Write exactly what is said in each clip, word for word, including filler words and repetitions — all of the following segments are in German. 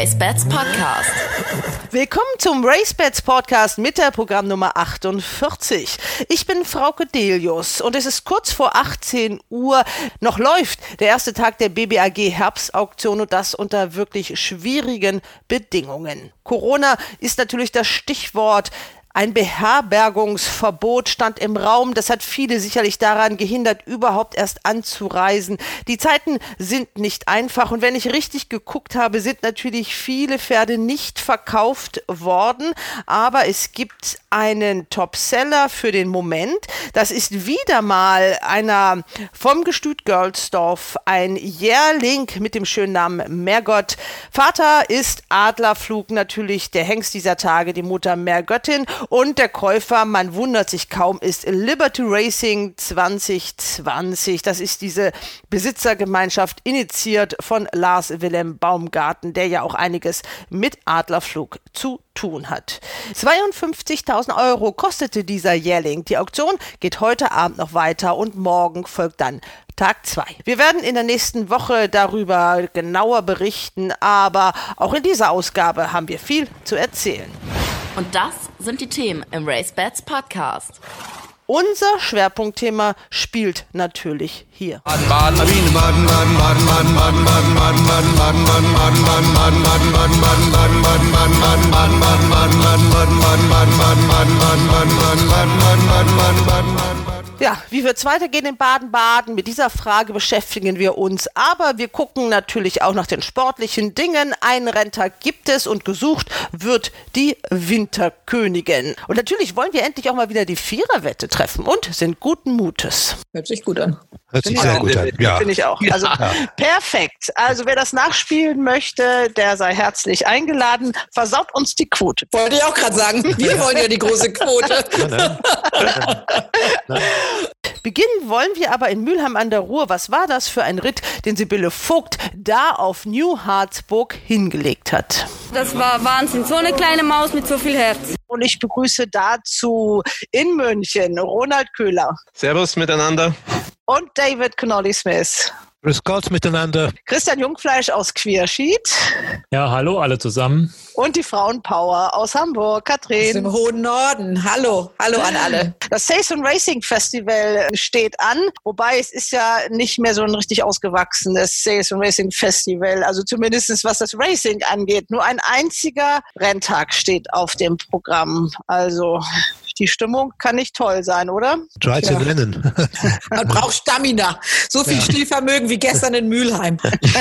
RaceBets Podcast. Willkommen zum RaceBets Podcast mit der Programmnummer achtundvierzig. Ich bin Frauke Delius und es ist kurz vor achtzehn Uhr. Noch läuft der erste Tag der B B A G Herbstauktion und das unter wirklich schwierigen Bedingungen. Corona ist natürlich das Stichwort. Ein Beherbergungsverbot stand im Raum. Das hat viele sicherlich daran gehindert, überhaupt erst anzureisen. Die Zeiten sind nicht einfach. Und wenn ich richtig geguckt habe, sind natürlich viele Pferde nicht verkauft worden. Aber es gibt einen Topseller für den Moment. Das ist wieder mal einer vom Gestüt Görlsdorf, ein Jährling mit dem schönen Namen Mergott. Vater ist Adlerflug, natürlich der Hengst dieser Tage, die Mutter Mergöttin. Und der Käufer, man wundert sich kaum, ist Liberty Racing zwanzig zwanzig. Das ist diese Besitzergemeinschaft, initiiert von Lars Wilhelm Baumgarten, der ja auch einiges mit Adlerflug zu tun hat. zweiundfünfzigtausend Euro kostete dieser Jährling. Die Auktion geht heute Abend noch weiter und morgen folgt dann Tag zwei. Wir werden in der nächsten Woche darüber genauer berichten, aber auch in dieser Ausgabe haben wir viel zu erzählen. Und das sind die Themen im RaceBets Podcast. Unser Schwerpunktthema spielt natürlich hier. Ja, wie wird's weitergehen in Baden-Baden? Mit dieser Frage beschäftigen wir uns. Aber wir gucken natürlich auch nach den sportlichen Dingen. Einen Renntag gibt es und gesucht wird die Winterkönigin. Und natürlich wollen wir endlich auch mal wieder die Viererwette treffen und sind guten Mutes. Hört sich gut an. Hört sich sehr gut an, ja. Finde ich auch. Also ja. Perfekt. Also wer das nachspielen möchte, der sei herzlich eingeladen. Versaut uns die Quote. Wollte ich auch gerade sagen. Wir wollen ja die große Quote. Nein, nein. Nein. Beginnen wollen wir aber in Mülheim an der Ruhr. Was war das für ein Ritt, den Sibylle Vogt da auf New Harzburg hingelegt hat? Das war Wahnsinn. So eine kleine Maus mit so viel Herz. Und ich begrüße dazu in München Ronald Köhler. Servus miteinander. Und David Connolly-Smith. Grüß Gott miteinander. Christian Jungfleisch aus Queerschied. Ja, hallo alle zusammen. Und die Frauenpower aus Hamburg, Katrin. Aus dem hohen Norden. Hallo, hallo an alle. Das Saison Racing Festival steht an, wobei es ist ja nicht mehr so ein richtig ausgewachsenes Saison Racing Festival, also zumindest was das Racing angeht. Nur ein einziger Renntag steht auf dem Programm. Also die Stimmung kann nicht toll sein, oder? dreizehn ja. Rennen. Man braucht Stamina. So viel ja. Stillvermögen wie gestern in Mülheim.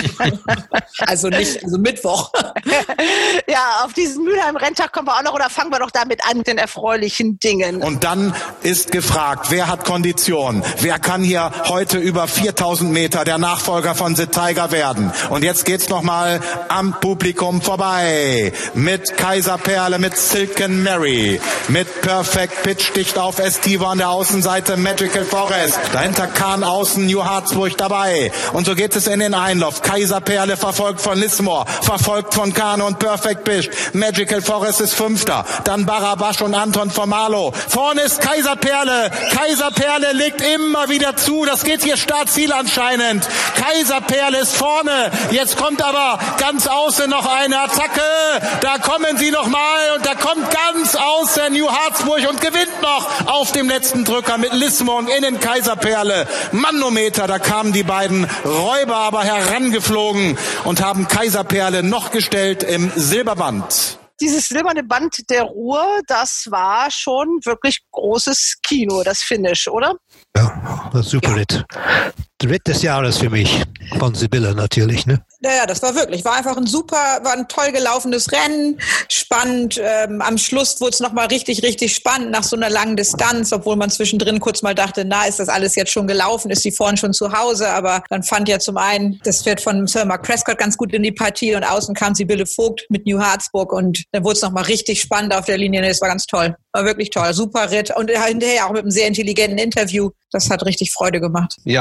Also nicht, also Mittwoch. Ja, auf diesen Mülheim-Renntag kommen wir auch noch, oder fangen wir doch damit an, mit den erfreulichen Dingen. Und dann ist gefragt, wer hat Kondition? Wer kann hier heute über viertausend Meter der Nachfolger von The Tiger werden? Und jetzt geht's nochmal am Publikum vorbei. Mit Kaiserperle, mit Silken Mary, mit Perfect Pitch dicht auf Estivo an der Außenseite, Magical Forest. Dahinter Kahn außen, New Harzburg dabei. Und so geht es in den Einlauf. Kaiserperle verfolgt von Lismore, verfolgt von Kahn und Perfect Pitch. Magical Forest ist Fünfter. Dann Barabasch und Anton Formalo. Vorne ist Kaiserperle. Kaiserperle legt immer wieder zu. Das geht hier Startziel anscheinend. Kaiserperle ist vorne. Jetzt kommt aber ganz außen noch eine Attacke. Da kommen sie noch mal und da kommt ganz außen New Harzburg und gewinnt noch auf dem letzten Drücker mit Lismore in den Kaiserperle. Manometer, da kamen die beiden Räuber aber herangeflogen und haben Kaiserperle noch gestellt im Silberband. Dieses silberne Band der Ruhr, das war schon wirklich großes Kino, das Finish, oder? Ja, das ist super Ritt. Ritt des Jahres für mich, von Sibylle natürlich, ne? Ja, ja, das war wirklich, war einfach ein super, war ein toll gelaufenes Rennen, spannend. Ähm, am Schluss wurde es nochmal richtig, richtig spannend nach so einer langen Distanz, obwohl man zwischendrin kurz mal dachte, na, ist das alles jetzt schon gelaufen, ist die vorne schon zu Hause, aber dann fand ja zum einen das Pferd von Sir Mark Prescott ganz gut in die Partie und außen kam Sibylle Vogt mit New Harzburg und dann wurde es nochmal richtig spannend auf der Linie. Das war ganz toll, war wirklich toll, super Ritt und hinterher auch mit einem sehr intelligenten Interview. Das hat richtig Freude gemacht. Ja, genau.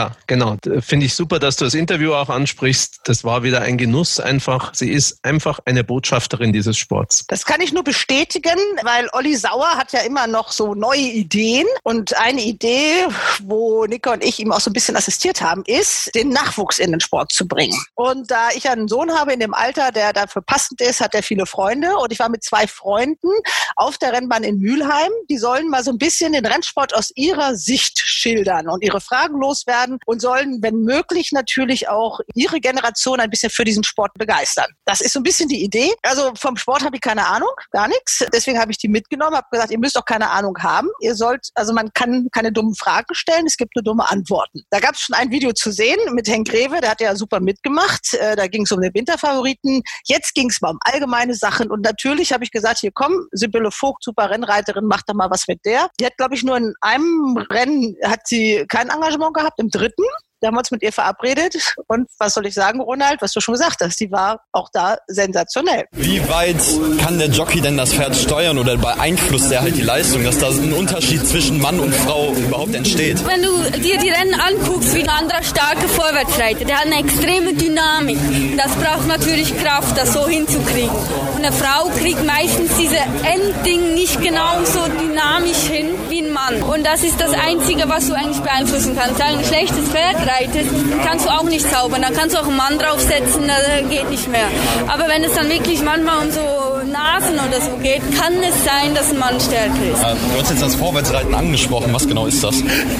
Genau, finde ich super, dass du das Interview auch ansprichst. Das war wieder ein Genuss einfach. Sie ist einfach eine Botschafterin dieses Sports. Das kann ich nur bestätigen, weil Olli Sauer hat ja immer noch so neue Ideen. Und eine Idee, wo Nika und ich ihm auch so ein bisschen assistiert haben, ist, den Nachwuchs in den Sport zu bringen. Und da ich einen Sohn habe in dem Alter, der dafür passend ist, hat er viele Freunde. Und ich war mit zwei Freunden auf der Rennbahn in Mülheim. Die sollen mal so ein bisschen den Rennsport aus ihrer Sicht schildern und ihre Fragen loswerden und sollen, wenn möglich, natürlich auch ihre Generation ein bisschen für diesen Sport begeistern. Das ist so ein bisschen die Idee. Also vom Sport habe ich keine Ahnung, gar nichts. Deswegen habe ich die mitgenommen, habe gesagt, ihr müsst auch keine Ahnung haben. Ihr sollt, also man kann keine dummen Fragen stellen, es gibt nur dumme Antworten. Da gab es schon ein Video zu sehen mit Henk Greve, der hat ja super mitgemacht. Da ging es um den Winterfavoriten. Jetzt ging es mal um allgemeine Sachen und natürlich habe ich gesagt, hier komm, Sibylle Vogt, super Rennreiterin, mach doch mal was mit der. Die hat, glaube ich, nur in einem Rennen hat sie kein Engagement gehabt, im dritten. Da haben wir uns mit ihr verabredet und was soll ich sagen, Ronald, was du schon gesagt hast, die war auch da sensationell. Wie weit kann der Jockey denn das Pferd steuern oder beeinflusst er halt die Leistung, dass da ein Unterschied zwischen Mann und Frau überhaupt entsteht? Wenn du dir die Rennen anguckst, wie ein anderer starke Vorwärtsreiter, der hat eine extreme Dynamik. Das braucht natürlich Kraft, das so hinzukriegen. Eine Frau kriegt meistens diese Endding nicht genauso dynamisch hin wie ein Mann. Und das ist das Einzige, was du eigentlich beeinflussen kannst. Ein schlechtes Pferd reitest, kannst du auch nicht zaubern. Dann kannst du auch einen Mann draufsetzen, das geht nicht mehr. Aber wenn es dann wirklich manchmal um so Nasen oder so geht, kann es sein, dass ein Mann stärker ist. Ja, du hast jetzt das Vorwärtsreiten angesprochen. Was genau ist das?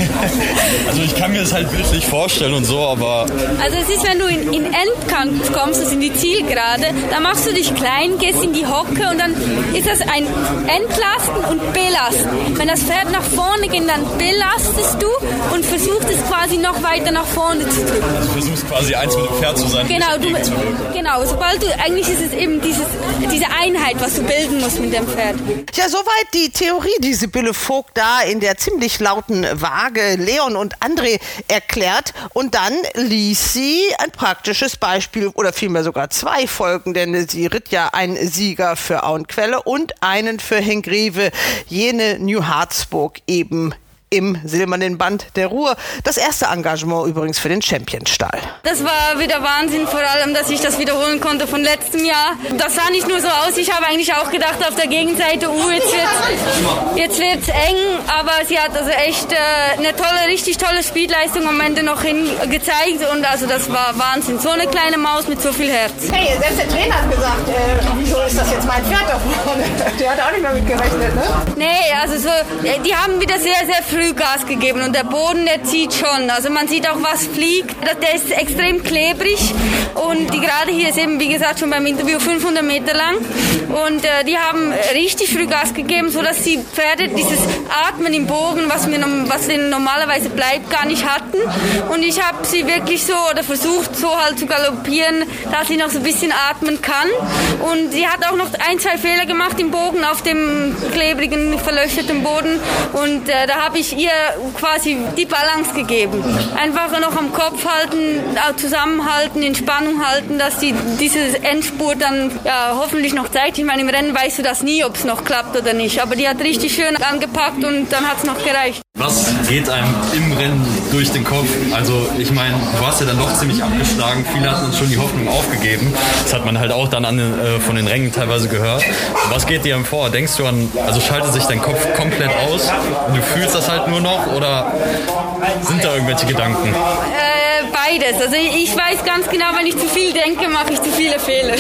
Also ich kann mir das halt bildlich vorstellen und so, aber... Also es ist, wenn du in, in Endkampf kommst, also in die Zielgerade, dann machst du dich klein, gehst in die Hocke und dann ist das ein Entlasten und Belasten. Wenn das Pferd nach vorne geht, dann belastest du und versuchst es quasi noch weiter nach vorne zu drücken. Also du versuchst quasi eins mit dem Pferd zu sein. Genau, du, genau, sobald du, eigentlich ist es eben dieses, diese Einheit, was du bilden musst mit dem Pferd. Tja, soweit die Theorie, die Sibylle Vogt da in der ziemlich lauten Waage Leon und André erklärt. Und dann ließ sie ein praktisches Beispiel oder vielmehr sogar zwei folgen, denn sie ritt ja einen Sieger für Auenquelle und einen für Henk Greve, jene New Harzburg eben im silbernen Band der Ruhr. Das erste Engagement übrigens für den Champion-Stall. Das war wieder Wahnsinn, vor allem, dass ich das wiederholen konnte von letztem Jahr. Das sah nicht nur so aus, ich habe eigentlich auch gedacht auf der Gegenseite, uh, jetzt wird's, jetzt wird's eng, aber sie hat also echt äh, eine tolle, richtig tolle Speedleistung am Ende noch hingezeigt und also das war Wahnsinn. So eine kleine Maus mit so viel Herz. Hey, selbst der Trainer hat gesagt, äh, wieso ist das jetzt mein Pferd da vorne? Der hat auch nicht mehr mit gerechnet, ne? Nee, also so, die haben wieder sehr, sehr früh Gas gegeben und der Boden, der zieht schon. Also man sieht auch, was fliegt. Der ist extrem klebrig und die Gerade hier ist eben, wie gesagt, schon beim Interview fünfhundert Meter lang und äh, die haben richtig früh Gas gegeben, sodass die Pferde dieses Atmen im Bogen, was, mir, was denen normalerweise bleibt, gar nicht hatten und ich habe sie wirklich so oder versucht so halt zu galoppieren, dass sie noch so ein bisschen atmen kann und sie hat auch noch ein, zwei Fehler gemacht im Bogen auf dem klebrigen, verlöcherten Boden und äh, da habe ich ihr quasi die Balance gegeben. Einfach noch am Kopf halten, zusammenhalten, in Spannung halten, dass die diese Endspurt dann ja, hoffentlich noch zeigt. Ich meine, im Rennen weißt du das nie, ob es noch klappt oder nicht. Aber die hat richtig schön angepackt und dann hat es noch gereicht. Was geht einem im Rennen durch den Kopf? Also ich meine, du hast ja dann doch ziemlich abgeschlagen. Viele hatten uns schon die Hoffnung aufgegeben. Das hat man halt auch dann an den, äh, von den Rängen teilweise gehört. Was geht dir vor? Denkst du an, also schaltet sich dein Kopf komplett aus und du fühlst das halt nur noch oder sind da irgendwelche Gedanken? Äh, beides. Also ich weiß ganz genau, wenn ich zu viel denke, mache ich zu viele Fehler.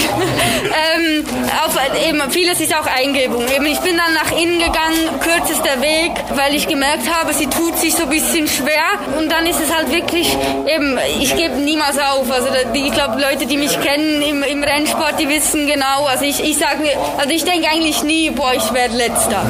ähm, auf, eben, vieles ist auch Eingebung. Eben, ich bin dann nach innen gegangen, kürzester Weg, weil ich gemerkt habe, sie tut sich so ein bisschen schwer und dann ist es halt wirklich, eben, ich gebe niemals auf. Also die, ich glaube, Leute, die mich kennen im, im Rennsport, die wissen genau, also ich, ich sage, also ich denke eigentlich nie, boah, ich werde Letzter.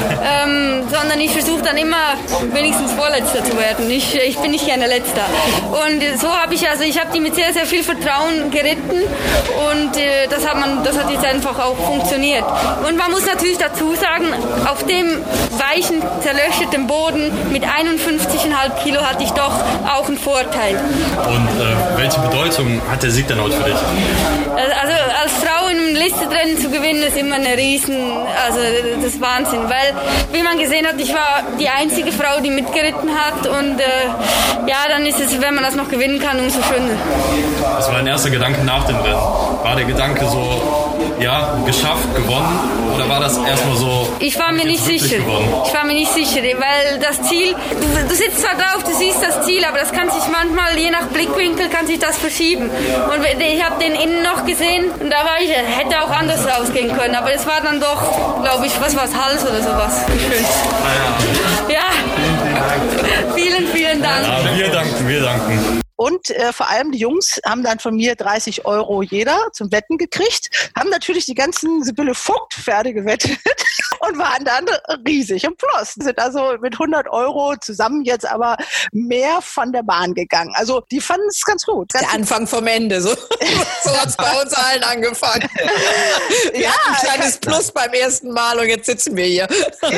ähm, sondern ich versuche dann immer wenigstens Vorletzter zu werden. Ich, ich bin nicht gerne Letzter. Und so habe ich, also ich habe die mit sehr, sehr viel Vertrauen geritten und äh, das hat man, das hat jetzt einfach auch funktioniert. Und man muss natürlich dazu sagen, auf dem weichen, zerlöcherten Boden mit einundfünfzig Komma fünf Kilo hatte ich doch auch einen Vorteil. Und äh, welche Bedeutung hat der Sieg dann heute für dich? Also als Frau im Listenrennen zu gewinnen, ist immer eine Riesen, also das ist Wahnsinn, weil, wie man gesehen hat, ich war die einzige Frau, die mitgeritten hat und äh, ja, dann ist es, wenn man das noch gewinnen kann, umso schöner. Was war dein erster Gedanke nach dem Rennen? War der Gedanke so, ja, geschafft, gewonnen, oder war das erstmal so? Ich war mir nicht sicher. Gewonnen? Ich war mir nicht sicher, weil das Ziel, du, du sitzt zwar drauf, du siehst das Ziel, aber das kann sich manchmal, je nach Blickwinkel, kann sich das verschieben. Und ich habe den innen noch gesehen und da war ich, hätte auch anders rausgehen können, aber es war dann doch, glaube ich, was war es, Hals oder sowas. Schön. Ah, ja. Ja. Vielen, vielen Dank. Ja, wir danken, wir danken. Und äh, vor allem die Jungs haben dann von mir dreißig Euro jeder zum Wetten gekriegt, haben natürlich die ganzen Sibylle Vogt-Pferde gewettet und waren dann riesig im Plus. Sind also mit hundert Euro zusammen jetzt aber mehr von der Bahn gegangen. Also die fanden es ganz gut. Ganz der Anfang vom Ende, so, so hat es bei uns allen angefangen. Wir ja, hatten ein kleines Plus beim ersten Mal und jetzt sitzen wir hier. Ja,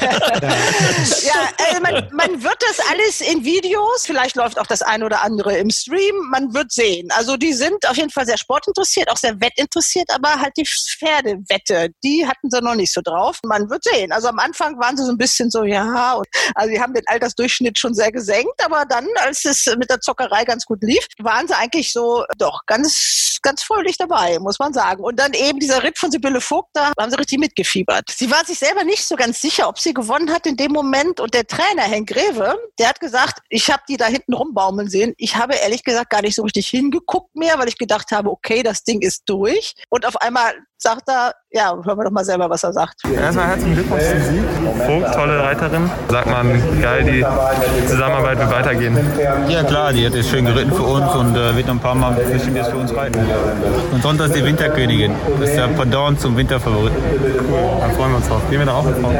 ja also man, man wird das alles in Videos, vielleicht läuft auch das eine oder andere im Stream, man wird sehen. Also die sind auf jeden Fall sehr sportinteressiert, auch sehr wettinteressiert, aber halt die Pferdewette, die hatten sie noch nicht so drauf. Man wird sehen. Also am Anfang waren sie so ein bisschen so, ja, und, also die haben den Altersdurchschnitt schon sehr gesenkt, aber dann, als es mit der Zockerei ganz gut lief, waren sie eigentlich so, doch, ganz, ganz fröhlich dabei, muss man sagen. Und dann eben dieser Ritt von Sibylle Vogt, da haben sie richtig mitgefiebert. Sie war sich selber nicht so ganz sicher, ob sie gewonnen hat in dem Moment, und der Trainer, Henk Greve, der hat gesagt, ich habe die da hinten rumbaumeln sehen, ich habe ehrlich gesagt gar nicht so richtig hingeguckt mehr, weil ich gedacht habe, okay, das Ding ist durch. Und auf einmal sagt er, ja, hören wir doch mal selber, was er sagt. Erstmal herzlichen Glückwunsch zum Sieg. Vogt, tolle Reiterin. Sagt man, geil, die Zusammenarbeit wird weitergehen. Ja klar, die hat es schön geritten für uns und äh, wird noch ein paar Mal bestimmt jetzt für uns reiten. Und Sonntag ist die Winterkönigin. Das ist der Pendant zum Winterfavoriten. Cool, dann freuen wir uns drauf. Gehen wir da auch mit drauf.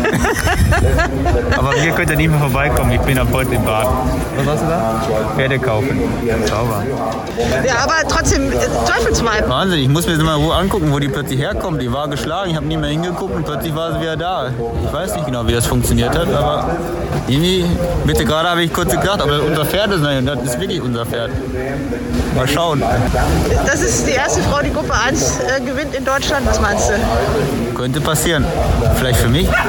Aber hier könnt ihr nicht mehr vorbeikommen. Ich bin ab heute im Bad. Was hast du da? Pferde kaufen. Sauber. Ja, aber trotzdem, äh, Teufelsweib. Wahnsinn, ich muss mir das mal in Ruhe angucken, wo die plötzlich herkommt. Die war geschlagen, ich habe nie mehr hingeguckt und plötzlich war sie wieder da. Ich weiß nicht genau, wie das funktioniert hat, aber irgendwie, bitte gerade habe ich kurz gedacht, aber unser Pferd ist, nein, das ist wirklich unser Pferd. Mal schauen. Das ist die erste Frau, die Gruppe eins äh, gewinnt in Deutschland. Was meinst du? Könnte passieren. Vielleicht für mich.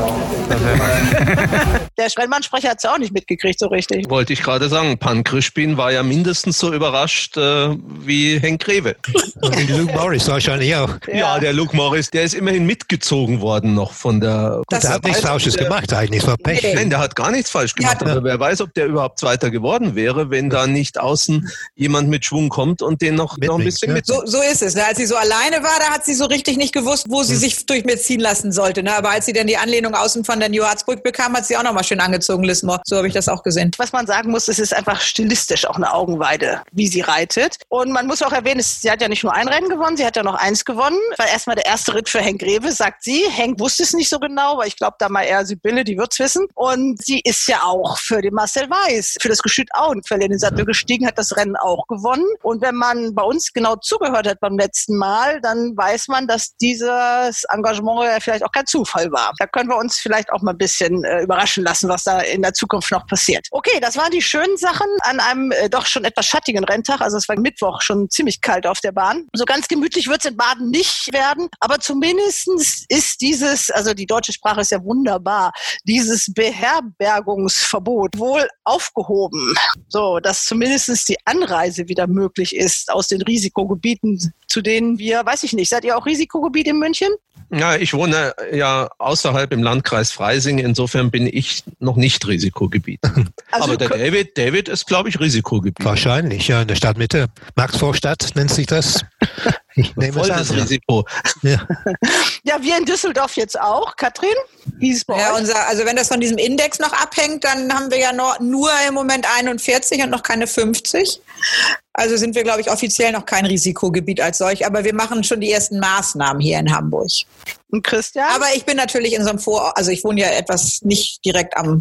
Der Rennbahnsprecher hat es ja auch nicht mitgekriegt so richtig. Wollte ich gerade sagen, Pan Crispin war ja mindestens so überrascht äh, wie Henk Greve. Und wie Luke Morris wahrscheinlich auch. Ja. ja, der Luke Morris, der ist immerhin mitgezogen worden noch von der... Das der hat nichts Falsches der, gemacht eigentlich, es war Pech. Nee. Nein, der hat gar nichts falsch gemacht, aber wer weiß, ob der überhaupt Zweiter geworden wäre, wenn da nicht außen jemand mit Schwung kommt und den noch, noch ein bisschen ja. mit... So, so ist es. Ne? Als sie so alleine war, da hat sie so richtig nicht gewusst, wo sie hm. sich durch mir ziehen lassen sollte. Ne? Aber als sie dann die Anlehnung außen von der New Harzburg bekam, hat sie auch noch mal schön angezogen, Lismore. So habe ich das auch gesehen. Was man sagen muss, es ist einfach stilistisch auch eine Augenweide, wie sie reitet. Und man muss auch erwähnen, sie hat ja nicht nur ein Rennen gewonnen, sie hat ja noch eins gewonnen. War erstmal der erste Ritt für Henk Greve, sagt sie. Henk wusste es nicht so genau, weil ich glaube, da mal eher Sibylle, die wird's wissen. Und sie ist ja auch für den Marcel Weiß, für das Gestüt Auenquelle in den Sattel gestiegen, hat das Rennen auch gewonnen. Und wenn man bei uns genau zugehört hat beim letzten Mal, dann weiß man, dass dieses Engagement ja vielleicht auch kein Zufall war. Da können wir uns vielleicht auch mal ein bisschen äh, überraschen lassen, was da in der Zukunft noch passiert. Okay, das waren die schönen Sachen an einem äh, doch schon etwas schattigen Renntag. Also es war Mittwoch schon ziemlich kalt auf der Bahn. So ganz gemütlich wird es in Baden nicht werden, aber zumindestens ist dieses, also die deutsche Sprache ist ja wunderbar, dieses Beherbergungsverbot wohl aufgehoben. So, dass zumindest die Anreise wieder möglich ist aus den Risikogebieten, zu denen wir, weiß ich nicht, seid ihr auch Risikogebiet in München? Ja, ich wohne ja außerhalb im Landkreis Freising, insofern bin ich noch nicht Risikogebiet. Also aber der David, David ist, glaube ich, Risikogebiet. Wahrscheinlich, ja, in der Stadtmitte. Maxvorstadt nennt sich das. Ich nehme Voll das Risiko. Ja. Ja, wir in Düsseldorf jetzt auch. Katrin, wie ist es bei ja, euch? unser, also wenn das von diesem Index noch abhängt, dann haben wir ja nur, nur im Moment einundvierzig und noch keine fünfzig. Also sind wir, glaube ich, offiziell noch kein Risikogebiet als solch. Aber wir machen schon die ersten Maßnahmen hier in Hamburg. Und Christian? Aber ich bin natürlich in so einem Vor... Also ich wohne ja etwas nicht direkt am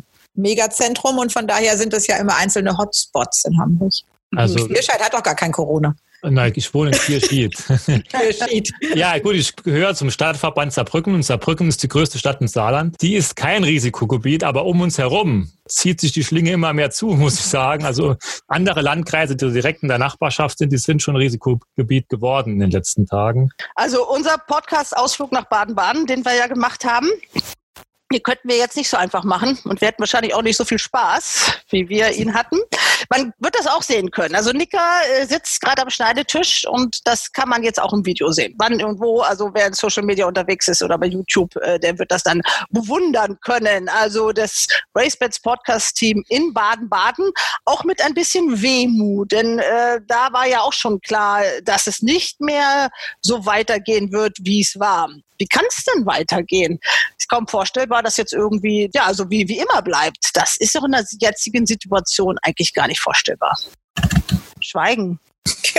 Megazentrum und von daher sind das ja immer einzelne Hotspots in Hamburg. Also Vierscheid hat doch gar kein Corona. Nein, ich wohne in Kirchried. Ja, gut, ich gehöre zum Stadtverband Saarbrücken und Saarbrücken ist die größte Stadt im Saarland. Die ist kein Risikogebiet, aber um uns herum zieht sich die Schlinge immer mehr zu, muss ich sagen. Also andere Landkreise, die direkt in der Nachbarschaft sind, die sind schon Risikogebiet geworden in den letzten Tagen. Also unser Podcast-Ausflug nach Baden-Baden, den wir ja gemacht haben, den könnten wir jetzt nicht so einfach machen und wir hätten wahrscheinlich auch nicht so viel Spaß, wie wir ihn hatten. Man wird das auch sehen können. Also Nika äh, sitzt gerade am Schneidetisch und das kann man jetzt auch im Video sehen. Wann und wo, also wer in Social Media unterwegs ist oder bei YouTube, äh, der wird das dann bewundern können. Also das RaceBets Podcast-Team in Baden-Baden, auch mit ein bisschen Wehmut, denn äh, da war ja auch schon klar, dass es nicht mehr so weitergehen wird, wie es war. Wie kann es denn weitergehen? Ist kaum vorstellbar, dass jetzt irgendwie, ja, also wie, wie immer bleibt. Das ist doch in der jetzigen Situation eigentlich gar nicht vorstellbar. Schweigen. Ja,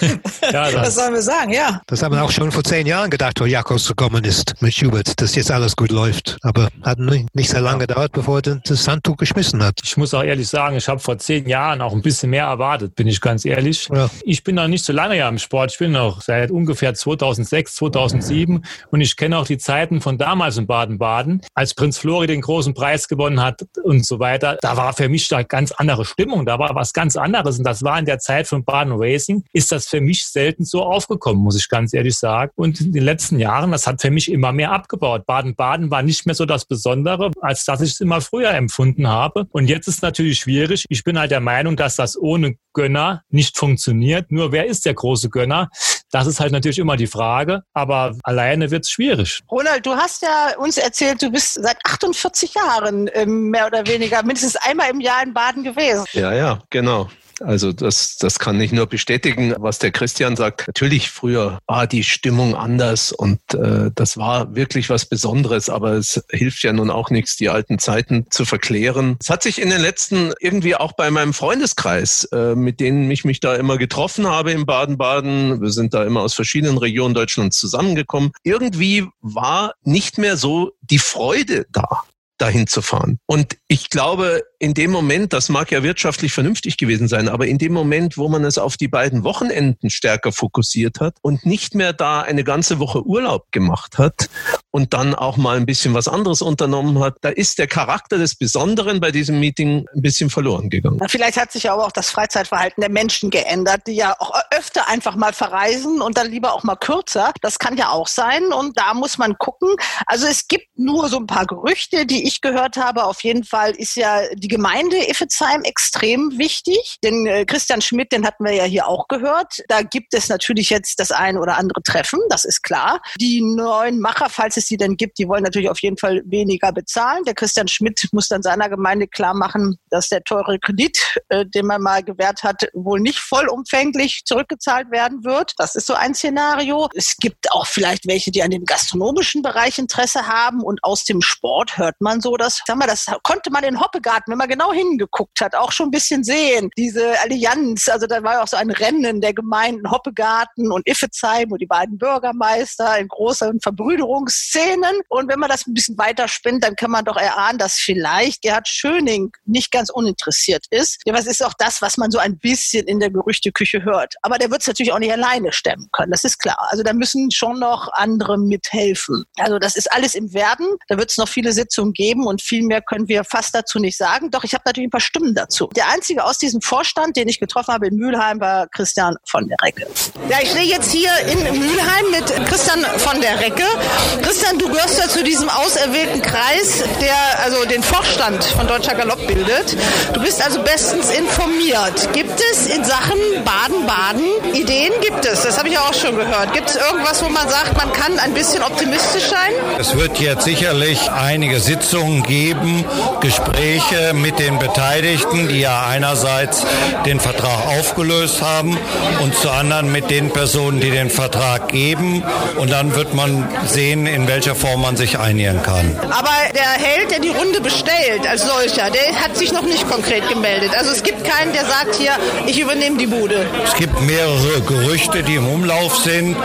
ja, das, was sollen wir sagen, ja. Das haben wir auch schon vor zehn Jahren gedacht, wo Jakobs gekommen ist mit Schubert, dass jetzt alles gut läuft. Aber hat nicht sehr lange gedauert, bevor er das Handtuch geschmissen hat. Ich muss auch ehrlich sagen, ich habe vor zehn Jahren auch ein bisschen mehr erwartet, bin ich ganz ehrlich. Ja. Ich bin noch nicht so lange ja im Sport. Ich bin noch seit ungefähr zweitausendsechs, zweitausendsieben und ich kenne auch die Zeiten von damals in Baden-Baden, als Prinz Flori den großen Preis gewonnen hat und so weiter. Da war für mich da ganz andere Stimmung, da war was ganz anderes und das war in der Zeit von Baden Racing. Ist das für mich selten so aufgekommen, muss ich ganz ehrlich sagen. Und in den letzten Jahren, das hat für mich immer mehr abgebaut. Baden-Baden war nicht mehr so das Besondere, als dass ich es immer früher empfunden habe. Und jetzt ist es natürlich schwierig. Ich bin halt der Meinung, dass das ohne Gönner nicht funktioniert. Nur wer ist der große Gönner? Das ist halt natürlich immer die Frage. Aber alleine wird es schwierig. Ronald, du hast ja uns erzählt, du bist seit achtundvierzig Jahren mehr oder weniger mindestens einmal im Jahr in Baden gewesen. Ja, ja, genau. Also das, das kann ich nur bestätigen, was der Christian sagt. Natürlich, früher war die Stimmung anders und äh, das war wirklich was Besonderes, aber es hilft ja nun auch nichts, die alten Zeiten zu verklären. Es hat sich in den letzten irgendwie auch bei meinem Freundeskreis, äh, mit denen ich mich da immer getroffen habe in Baden-Baden, wir sind da immer aus verschiedenen Regionen Deutschlands zusammengekommen, irgendwie war nicht mehr so die Freude da, dahin zu fahren. Und ich glaube, in dem Moment, das mag ja wirtschaftlich vernünftig gewesen sein, aber in dem Moment, wo man es auf die beiden Wochenenden stärker fokussiert hat und nicht mehr da eine ganze Woche Urlaub gemacht hat und dann auch mal ein bisschen was anderes unternommen hat, da ist der Charakter des Besonderen bei diesem Meeting ein bisschen verloren gegangen. Vielleicht hat sich aber auch das Freizeitverhalten der Menschen geändert, die ja auch öfter einfach mal verreisen und dann lieber auch mal kürzer. Das kann ja auch sein und da muss man gucken. Also es gibt nur so ein paar Gerüchte, die ich gehört habe. Auf jeden Fall ist ja die Gemeinde Iffezheim extrem wichtig. Den äh, Christian Schmidt, den hatten wir ja hier auch gehört. Da gibt es natürlich jetzt das ein oder andere Treffen, das ist klar. Die neuen Macher, falls es die denn gibt, die wollen natürlich auf jeden Fall weniger bezahlen. Der Christian Schmidt muss dann seiner Gemeinde klar machen, dass der teure Kredit, äh, den man mal gewährt hat, wohl nicht vollumfänglich zurückgezahlt werden wird. Das ist so ein Szenario. Es gibt auch vielleicht welche, die an dem gastronomischen Bereich Interesse haben und aus dem Sport hört man so, dass, sag mal, das konnte man in Hoppegarten, wenn man genau hingeguckt hat, auch schon ein bisschen sehen. Diese Allianz, also da war ja auch so ein Rennen der Gemeinden Hoppegarten und Iffezheim und die beiden Bürgermeister in großen Verbrüderungsszenen. Und wenn man das ein bisschen weiter spinnt, dann kann man doch erahnen, dass vielleicht Gerhard Schöning nicht ganz uninteressiert ist. Ja, was ist auch das, was man so ein bisschen in der Gerüchteküche hört. Aber der wird es natürlich auch nicht alleine stemmen können, das ist klar. Also da müssen schon noch andere mithelfen. Also das ist alles im Werden. Da wird es noch viele Sitzungen geben und viel mehr können wir fast dazu nicht sagen. Doch ich habe natürlich ein paar Stimmen dazu. Der einzige aus diesem Vorstand, den ich getroffen habe in Mülheim, war Christian von der Recke. Ja, ich stehe jetzt hier in Mülheim mit Christian von der Recke. Christian, du gehörst ja zu diesem auserwählten Kreis, der also den Vorstand von Deutscher Galopp bildet. Du bist also bestens informiert. Gibt es in Sachen Baden-Baden Ideen? Gibt es. Das habe ich auch schon gehört. Gibt es irgendwas, wo man sagt, man kann ein bisschen optimistisch sein? Es wird jetzt sicherlich einige Sitzungen geben, Gespräche mit den Beteiligten, die ja einerseits den Vertrag aufgelöst haben und zu anderen mit den Personen, die den Vertrag geben. Und dann wird man sehen, in welcher Form man sich einigen kann. Aber der Held, der die Runde bestellt als solcher, der hat sich noch nicht konkret gemeldet. Also es gibt keinen, der sagt hier, ich übernehme die Bude. Es gibt mehrere Gerüchte, die im Umlauf sind,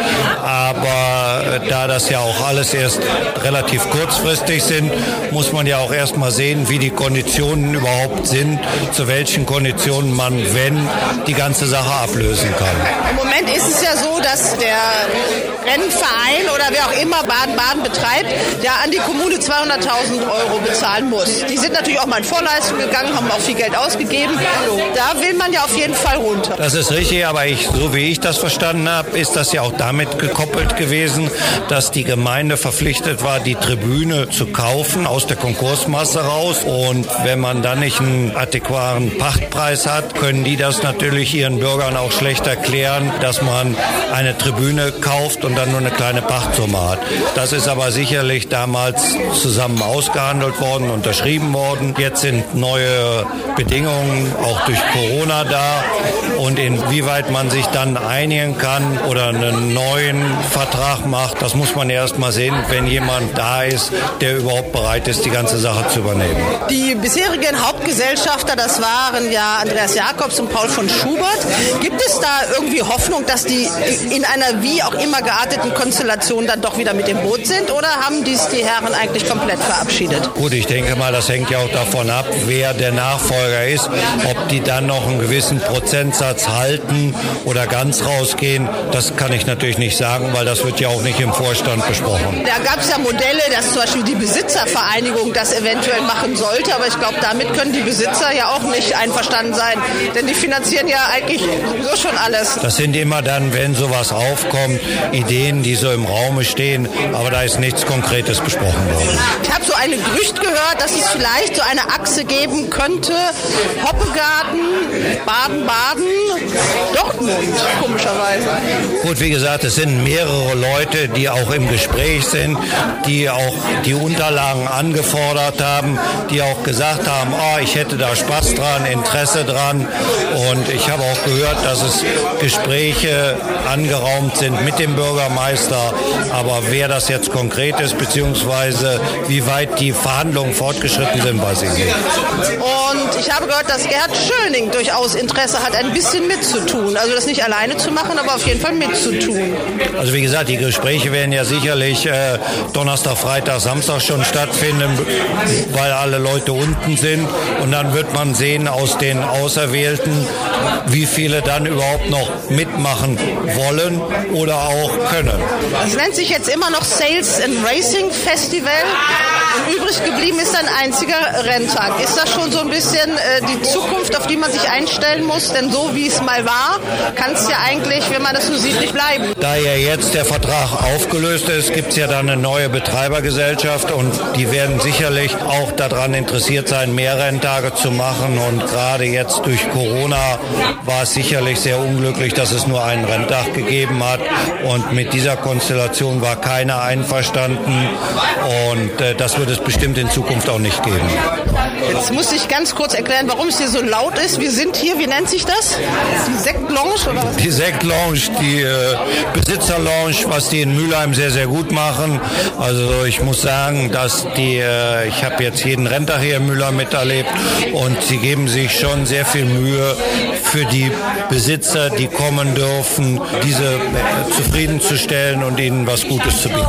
aber da das ja auch alles erst relativ kurzfristig sind, muss man ja auch erstmal sehen, wie die Konditionen überhaupt sind, zu welchen Konditionen man, wenn, die ganze Sache ablöst. lösen kann. Im Moment ist es ja so, dass der Rennverein oder wer auch immer Baden-Baden betreibt, ja an die Kommune zweihunderttausend Euro bezahlen muss. Die sind natürlich auch mal in Vorleistung gegangen, haben auch viel Geld ausgegeben. Da will man ja auf jeden Fall runter. Das ist richtig, aber ich, so wie ich das verstanden habe, ist das ja auch damit gekoppelt gewesen, dass die Gemeinde verpflichtet war, die Tribüne zu kaufen aus der Konkursmasse raus. Und wenn man dann nicht einen adäquaten Pachtpreis hat, können die das natürlich ihren Bürgern auch schlecht erklären, dass man eine Tribüne kauft und dann nur eine kleine Pachtsumme hat. Das ist aber sicherlich damals zusammen ausgehandelt worden, unterschrieben worden. Jetzt sind neue Bedingungen auch durch Corona da und inwieweit man sich dann einigen kann oder einen neuen Vertrag macht, das muss man erst mal sehen, wenn jemand da ist, der überhaupt bereit ist, die ganze Sache zu übernehmen. Die bisherigen Hauptgesellschafter, das waren ja Andreas Jakobs und Paul von Schubert. Gibt es da irgendwie Hoffnung, dass die in einer wie auch immer gearteten Konstellation dann doch wieder mit dem Boot sind oder haben dies die Herren eigentlich komplett verabschiedet? Gut, ich denke mal, das hängt ja auch davon ab, wer der Nachfolger ist, ob die dann noch einen gewissen Prozentsatz halten oder ganz rausgehen, das kann ich natürlich nicht sagen, weil das wird ja auch nicht im Vorstand besprochen. Da gab es ja Modelle, dass zum Beispiel die Besitzervereinigung das eventuell machen sollte, aber ich glaube, damit können die Besitzer ja auch nicht einverstanden sein, denn die finanzieren ja eigentlich so schon alles. Das sind immer dann, wenn sowas aufkommt, Ideen, die so im Raume stehen, aber da ist nichts Konkretes besprochen worden. Ich habe so ein Gerücht gehört, dass es vielleicht so eine Achse geben könnte, Hoppegarten, Baden-Baden, Dortmund, komischerweise. Gut, wie gesagt, es sind mehrere Leute, die auch im Gespräch sind, die auch die Unterlagen angefordert haben, die auch gesagt haben, oh, ich hätte da Spaß dran, Interesse dran und ich habe auch gehört, dass es Gespräche angeraumt sind mit dem Bürgermeister, aber wer das jetzt konkret ist, beziehungsweise wie weit die Verhandlungen fortgeschritten sind, weiß ich nicht. Und ich habe gehört, dass Gerhard Schöning durchaus Interesse hat, ein bisschen mitzutun. Also das nicht alleine zu machen, aber auf jeden Fall mitzutun. Also wie gesagt, die Gespräche werden ja sicherlich äh, Donnerstag, Freitag, Samstag schon stattfinden, weil alle Leute unten sind. Und dann wird man sehen aus den Auserwählten, wie viele dann überhaupt noch mitmachen wollen oder auch können. Es nennt sich jetzt immer noch Sales and Racing Festival. Und übrig geblieben ist ein einziger Renntag. Ist das schon so ein bisschen äh, die Zukunft, auf die man sich einstellen muss? Denn so wie es mal war, kann es ja eigentlich, wenn man das so sieht, nicht bleiben. Da ja jetzt der Vertrag aufgelöst ist, gibt es ja dann eine neue Betreibergesellschaft und die werden sicherlich auch daran interessiert sein, mehr Renntage zu machen. Und gerade jetzt durch Corona war es sicherlich sehr unglücklich, dass es nur einen Renntag gegeben hat. Und mit dieser Konstellation war keiner einverstanden. Und äh, das wird es bestimmt in Zukunft auch nicht geben. Jetzt muss ich ganz kurz erklären, warum es hier so laut ist. Wir sind hier, wie nennt sich das? Die Sektlounge? Oder was? Die Sektlounge, die äh, Besitzerlounge, was die in Mülheim sehr, sehr gut machen. Also ich muss sagen, dass die, äh, ich habe jetzt jeden Renntag hier in Mülheim miterlebt und sie geben sich schon sehr viel Mühe für die Besitzer, die kommen dürfen, diese äh, zufriedenzustellen und ihnen was Gutes zu bieten.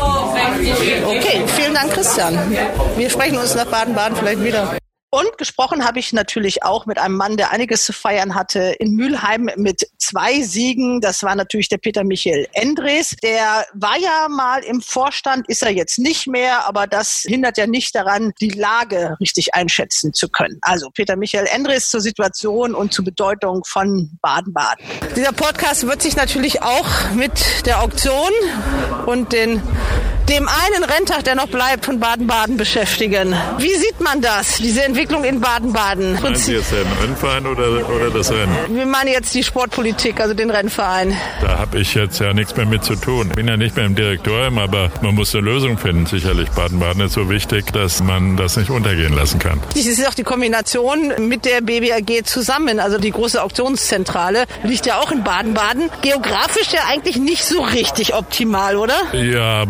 Okay, vielen Dank, Christian. Wir sprechen uns nach Baden-Baden vielleicht wieder. Und gesprochen habe ich natürlich auch mit einem Mann, der einiges zu feiern hatte in Mülheim mit zwei Siegen. Das war natürlich der Peter Michael Endres. Der war ja mal im Vorstand, ist er jetzt nicht mehr, aber das hindert ja nicht daran, die Lage richtig einschätzen zu können. Also Peter Michael Endres zur Situation und zur Bedeutung von Baden-Baden. Dieser Podcast wird sich natürlich auch mit der Auktion und den dem einen Renntag, der noch bleibt, von Baden-Baden beschäftigen. Wie sieht man das, diese Entwicklung in Baden-Baden? Meinen Sie jetzt den Rennverein oder, oder das Rennen? Wir meinen jetzt die Sportpolitik, also den Rennverein. Da habe ich jetzt ja nichts mehr mit zu tun. Ich bin ja nicht mehr im Direktorium, aber man muss eine Lösung finden, sicherlich. Baden-Baden ist so wichtig, dass man das nicht untergehen lassen kann. Das ist auch die Kombination mit der B B A G zusammen, also die große Auktionszentrale, liegt ja auch in Baden-Baden. Geografisch ja eigentlich nicht so richtig optimal, oder? Ja, aber das ist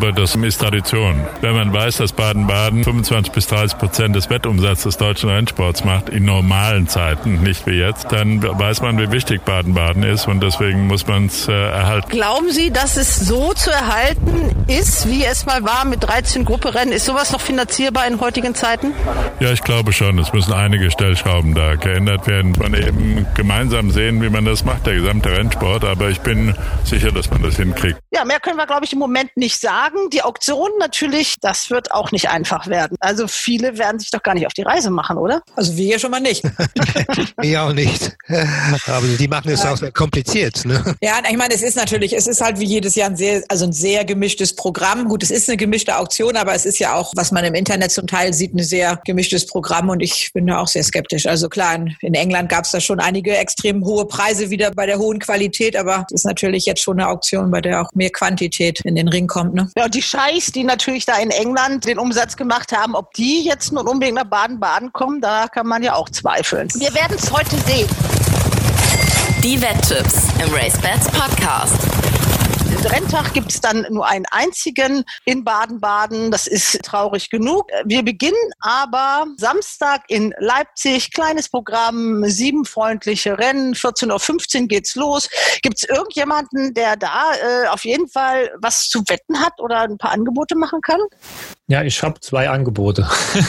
ist Tradition. Wenn man weiß, dass Baden-Baden fünfundzwanzig bis dreißig Prozent des Wettumsatzes des deutschen Rennsports macht, in normalen Zeiten, nicht wie jetzt, dann weiß man, wie wichtig Baden-Baden ist und deswegen muss man es äh, erhalten. Glauben Sie, dass es so zu erhalten ist, wie es mal war mit dreizehn Grupperennen? Ist sowas noch finanzierbar in heutigen Zeiten? Ja, ich glaube schon. Es müssen einige Stellschrauben da geändert werden. Man eben gemeinsam sehen, wie man das macht, der gesamte Rennsport. Aber ich bin sicher, dass man das hinkriegt. Ja, mehr können wir, glaube ich, im Moment nicht sagen. Die Auktion natürlich, das wird auch nicht einfach werden. Also viele werden sich doch gar nicht auf die Reise machen, oder? Also wir ja schon mal nicht. Wir auch nicht. Aber die machen es auch sehr kompliziert. Ne? Ja, ich meine, es ist natürlich, es ist halt wie jedes Jahr ein sehr, also ein sehr gemischtes Programm. Gut, es ist eine gemischte Auktion, aber es ist ja auch, was man im Internet zum Teil sieht, ein sehr gemischtes Programm und ich bin da auch sehr skeptisch. Also klar, in, in England gab es da schon einige extrem hohe Preise wieder bei der hohen Qualität, aber es ist natürlich jetzt schon eine Auktion, bei der auch mehr Quantität in den Ring kommt. Ne? Ja, und die Scheiß, die natürlich da in England den Umsatz gemacht haben, ob die jetzt nun unbedingt nach Baden-Baden kommen, da kann man ja auch zweifeln. Wir werden es heute sehen. Die Wetttipps im RaceBets Podcast. Renntag gibt es dann nur einen einzigen in Baden-Baden. Das ist traurig genug. Wir beginnen aber Samstag in Leipzig. Kleines Programm, sieben freundliche Rennen. vierzehn Uhr fünfzehn geht's los. Gibt es irgendjemanden, der da äh, auf jeden Fall was zu wetten hat oder ein paar Angebote machen kann? Ja, ich habe zwei Angebote.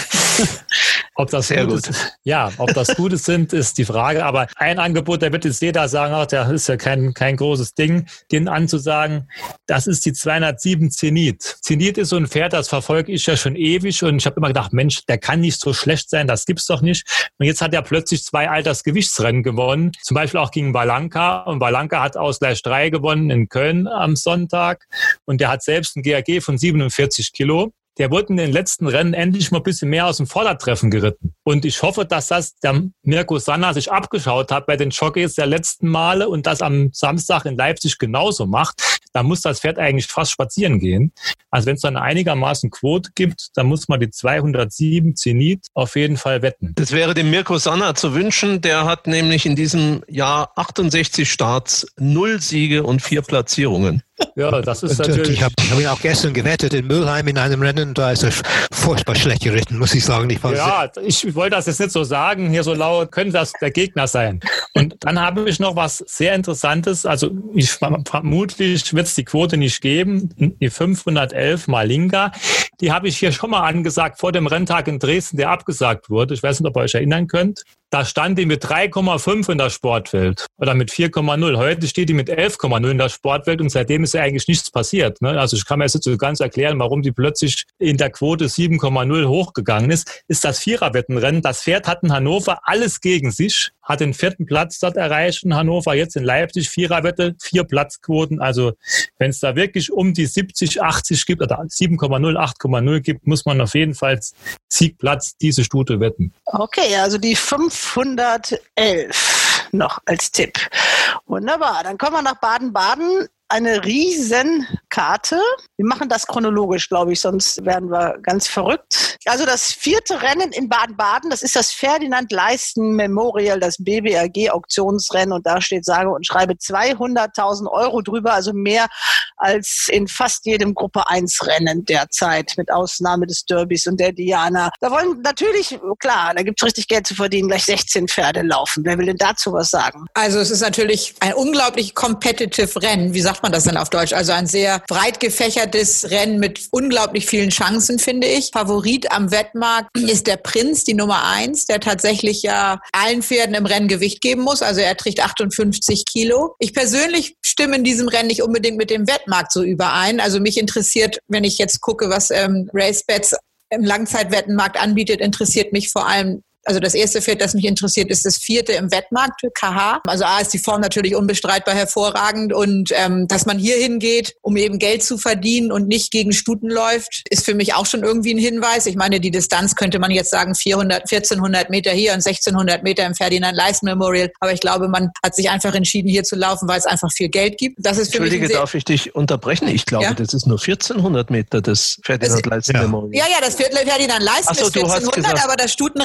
Ob das Sehr gut gut. Ist, ja, ob das Gute sind, ist die Frage. Aber ein Angebot, da wird jetzt jeder sagen, ach, das ist ja kein, kein großes Ding, den anzusagen. Das ist die zweihundertsieben Zenit. Zenit ist so ein Pferd, das verfolge ich ja schon ewig. Und ich habe immer gedacht, Mensch, der kann nicht so schlecht sein, das gibt's doch nicht. Und jetzt hat er plötzlich zwei Altersgewichtsrennen gewonnen. Zum Beispiel auch gegen Balanka. Und Balanka hat Ausgleich drei gewonnen in Köln am Sonntag. Und der hat selbst ein G A G von siebenundvierzig Kilo. Der wurde in den letzten Rennen endlich mal ein bisschen mehr aus dem Vordertreffen geritten. Und ich hoffe, dass das der Mirko Sanna sich abgeschaut hat bei den Jockeys der letzten Male und das am Samstag in Leipzig genauso macht. Da muss das Pferd eigentlich fast spazieren gehen. Also wenn es dann einigermaßen Quote gibt, dann muss man die zweihundertsieben Zenit auf jeden Fall wetten. Das wäre dem Mirko Sanna zu wünschen. Der hat nämlich in diesem Jahr achtundsechzig Starts, null Siege und vier Platzierungen. Ja, das ist und, natürlich... und ich habe hab ihn auch gestern gewettet in Mülheim in einem Rennen. Da ist er furchtbar schlecht geritten, muss ich sagen. Ich war ja, ich wollte das jetzt nicht so sagen, hier so laut, könnte das der Gegner sein. Und dann habe ich noch was sehr Interessantes. Also ich vermutlich wird es die Quote nicht geben. Die fünfhundertelf Malinga, die habe ich hier schon mal angesagt vor dem Renntag in Dresden, der abgesagt wurde. Ich weiß nicht, ob ihr euch erinnern könnt. Da stand die mit drei Komma fünf in der Sportwelt oder mit vier Komma null. Heute steht die mit elf Komma null in der Sportwelt und seitdem ist ja eigentlich nichts passiert. Ne? Also ich kann mir jetzt nicht so ganz erklären, warum die plötzlich in der Quote sieben Komma null hochgegangen ist. Ist das Viererwettenrennen. Das Pferd hat in Hannover alles gegen sich, hat den vierten Platz dort erreicht in Hannover, jetzt in Leipzig, Viererwette, vier Platzquoten. Also wenn es da wirklich um die siebzig, achtzig gibt oder sieben Komma null, acht Komma null gibt, muss man auf jeden Fall Siegplatz diese Stute wetten. Okay, also die fünfhundertelf noch als Tipp. Wunderbar, dann kommen wir nach Baden-Baden. Eine riesen Karte. Wir machen das chronologisch, glaube ich, sonst werden wir ganz verrückt. Also das vierte Rennen in Baden-Baden, das ist das Ferdinand Leisten Memorial, das B B R G-Auktionsrennen und da steht sage und schreibe zweihunderttausend Euro drüber, also mehr als in fast jedem Gruppe eins Rennen derzeit, mit Ausnahme des Derbys und der Diana. Da wollen natürlich, klar, da gibt es richtig Geld zu verdienen, gleich sechzehn Pferde laufen. Wer will denn dazu was sagen? Also es ist natürlich ein unglaublich competitive Rennen, wie sagt man das denn auf Deutsch? Also ein sehr breit gefächertes Rennen mit unglaublich vielen Chancen, finde ich. Favorit am Wettmarkt ist der Prinz, die Nummer eins, der tatsächlich ja allen Pferden im Rennen Gewicht geben muss. Also er trägt achtundfünfzig Kilo. Ich persönlich stimme in diesem Rennen nicht unbedingt mit dem Wettmarkt so überein. Also mich interessiert, wenn ich jetzt gucke, was ähm, RaceBets im Langzeitwettenmarkt anbietet, interessiert mich vor allem. Also das erste Pferd, das mich interessiert, ist das vierte im Wettmarkt, K H. Also A ist die Form natürlich unbestreitbar hervorragend und ähm, dass man hier hingeht, um eben Geld zu verdienen und nicht gegen Stuten läuft, ist für mich auch schon irgendwie ein Hinweis. Ich meine, die Distanz könnte man jetzt sagen, vierhundert, vierzehnhundert Meter hier und sechzehnhundert Meter im Ferdinand Leisten Memorial. Aber ich glaube, man hat sich einfach entschieden, hier zu laufen, weil es einfach viel Geld gibt. Das ist für Entschuldige, mich darf ich dich unterbrechen? Ich glaube, ja? das ist nur vierzehnhundert Meter, das Ferdinand Leisten ja. Memorial. Ja, ja, das Ferdinand Leisten Ach so, ist vierzehnhundert, aber das Stutenrennen wären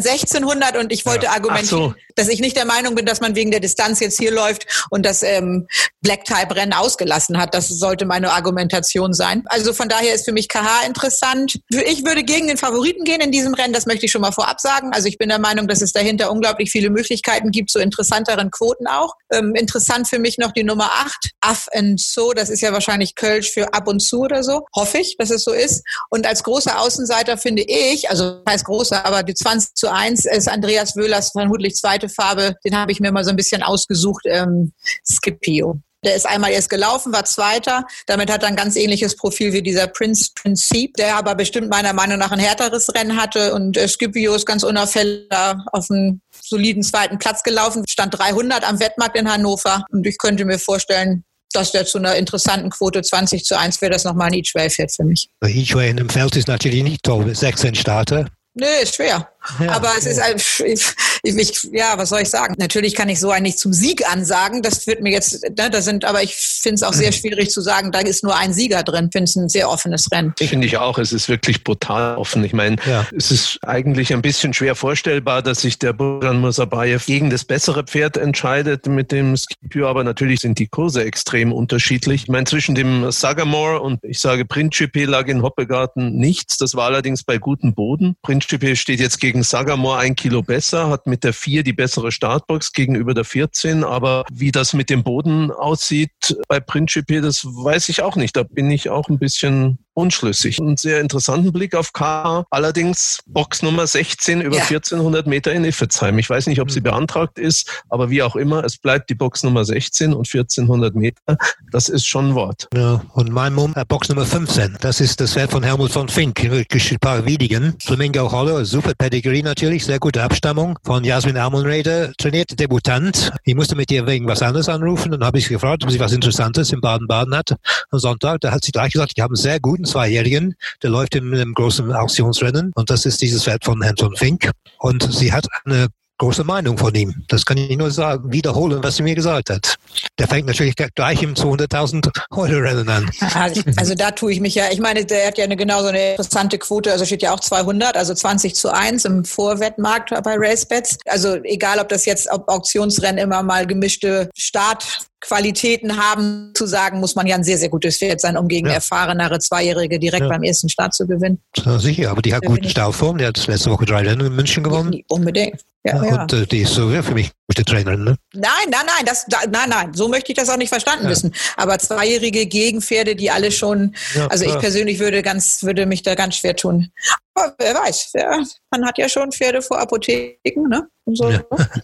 sechzehnhundert und ich wollte ja. argumentieren, so. dass ich nicht der Meinung bin, dass man wegen der Distanz jetzt hier läuft und das ähm, Black-Type-Rennen ausgelassen hat. Das sollte meine Argumentation sein. Also von daher ist für mich K H interessant. Ich würde gegen den Favoriten gehen in diesem Rennen, das möchte ich schon mal vorab sagen. Also ich bin der Meinung, dass es dahinter unglaublich viele Möglichkeiten gibt, so interessanteren Quoten auch. Ähm, interessant für mich noch die Nummer acht, Af and So, das ist ja wahrscheinlich Kölsch für ab und zu oder so. Hoffe ich, dass es so ist. Und als großer Außenseiter finde ich, also heißt großer, aber die zwanzig zu eins ist Andreas Wöhlers vermutlich zweite Farbe. Den habe ich mir mal so ein bisschen ausgesucht, ähm, Scipio. Der ist einmal erst gelaufen, war Zweiter. Damit hat er ein ganz ähnliches Profil wie dieser Prince Princip, der aber bestimmt meiner Meinung nach ein härteres Rennen hatte. Und äh, Scipio ist ganz unauffällig auf einen soliden zweiten Platz gelaufen, stand dreihundert am Wettmarkt in Hannover. Und ich könnte mir vorstellen, dass der zu einer interessanten Quote zwanzig zu eins wäre, das nochmal ein Each-Way fährt für mich. Each-Way in dem Feld ist natürlich nicht toll, mit sechzehn Starter. Nö, ist schwer. Ja, aber es ja. ist, ich, ich, ja, was soll ich sagen? Natürlich kann ich so einen nicht zum Sieg ansagen. Das wird mir jetzt, ne, da sind, aber ich finde es auch sehr schwierig zu sagen, da ist nur ein Sieger drin. Ich finde es ein sehr offenes Rennen. Finde ich auch. Es ist wirklich brutal offen. Ich meine, ja. es ist eigentlich ein bisschen schwer vorstellbar, dass sich der Burhan Musabayev gegen das bessere Pferd entscheidet mit dem Scipio, aber natürlich sind die Kurse extrem unterschiedlich. Ich meine, zwischen dem Sagamore und ich sage Principe lag in Hoppegarten nichts. Das war allerdings bei gutem Boden. Principe steht jetzt gegen Sagamore ein Kilo besser, hat mit der vier die bessere Startbox gegenüber der vierzehn, aber wie das mit dem Boden aussieht bei Principe, das weiß ich auch nicht. Da bin ich auch ein bisschen unschlüssig. Einen sehr interessanten Blick auf K H. Allerdings Box Nummer sechzehn über ja. vierzehnhundert Meter in Iffezheim. Ich weiß nicht, ob sie beantragt ist, aber wie auch immer, es bleibt die Box Nummer sechzehn und vierzehnhundert Meter. Das ist schon ein Wort. Ja, und mein Mumm, Box Nummer fünfzehn. Das ist das Pferd von Helmut von Fink, wirklich ein paar Wiedingen. Flamingo Hollow, super Pedigree natürlich, sehr gute Abstammung. Von Jasmin Almonrede, trainierte Debutant. Ich musste mit ihr wegen was anderes anrufen. Dann habe ich sie gefragt, ob sie was Interessantes in Baden-Baden hat. Am Sonntag, da hat sie gleich gesagt, ich habe einen sehr guten Zweijährigen, der läuft in einem großen Auktionsrennen und das ist dieses Pferd von Herrn von Fink und sie hat eine große Meinung von ihm. Das kann ich nur sagen, wiederholen, was sie mir gesagt hat. Der fängt natürlich gleich im zweihunderttausend Euro Rennen an. Also, also da tue ich mich ja, ich meine, der hat ja eine genau so eine interessante Quote, also steht ja auch zweihundert, also zwanzig zu eins im Vorwettmarkt bei RaceBets. Also egal, ob das jetzt, ob Auktionsrennen immer mal gemischte Startqualitäten haben, zu sagen, muss man ja ein sehr, sehr gutes Pferd sein, um gegen ja. erfahrenere Zweijährige direkt ja. beim ersten Start zu gewinnen. Ja, sicher, aber die hat guten Stallform, die hat letzte Woche drei Rennen in München gewonnen. Unbedingt. Ja, ja. Und äh, die ist so ja, für mich gute Trainerin, ne? Nein, nein, nein, das, da, nein, nein, so möchte ich das auch nicht verstanden ja. wissen. Aber Zweijährige gegen Pferde, die alle schon, ja, also klar. ich persönlich würde ganz, würde mich da ganz schwer tun. Aber wer weiß, ja, man hat ja schon Pferde vor Apotheken, ne? Und so. Ja.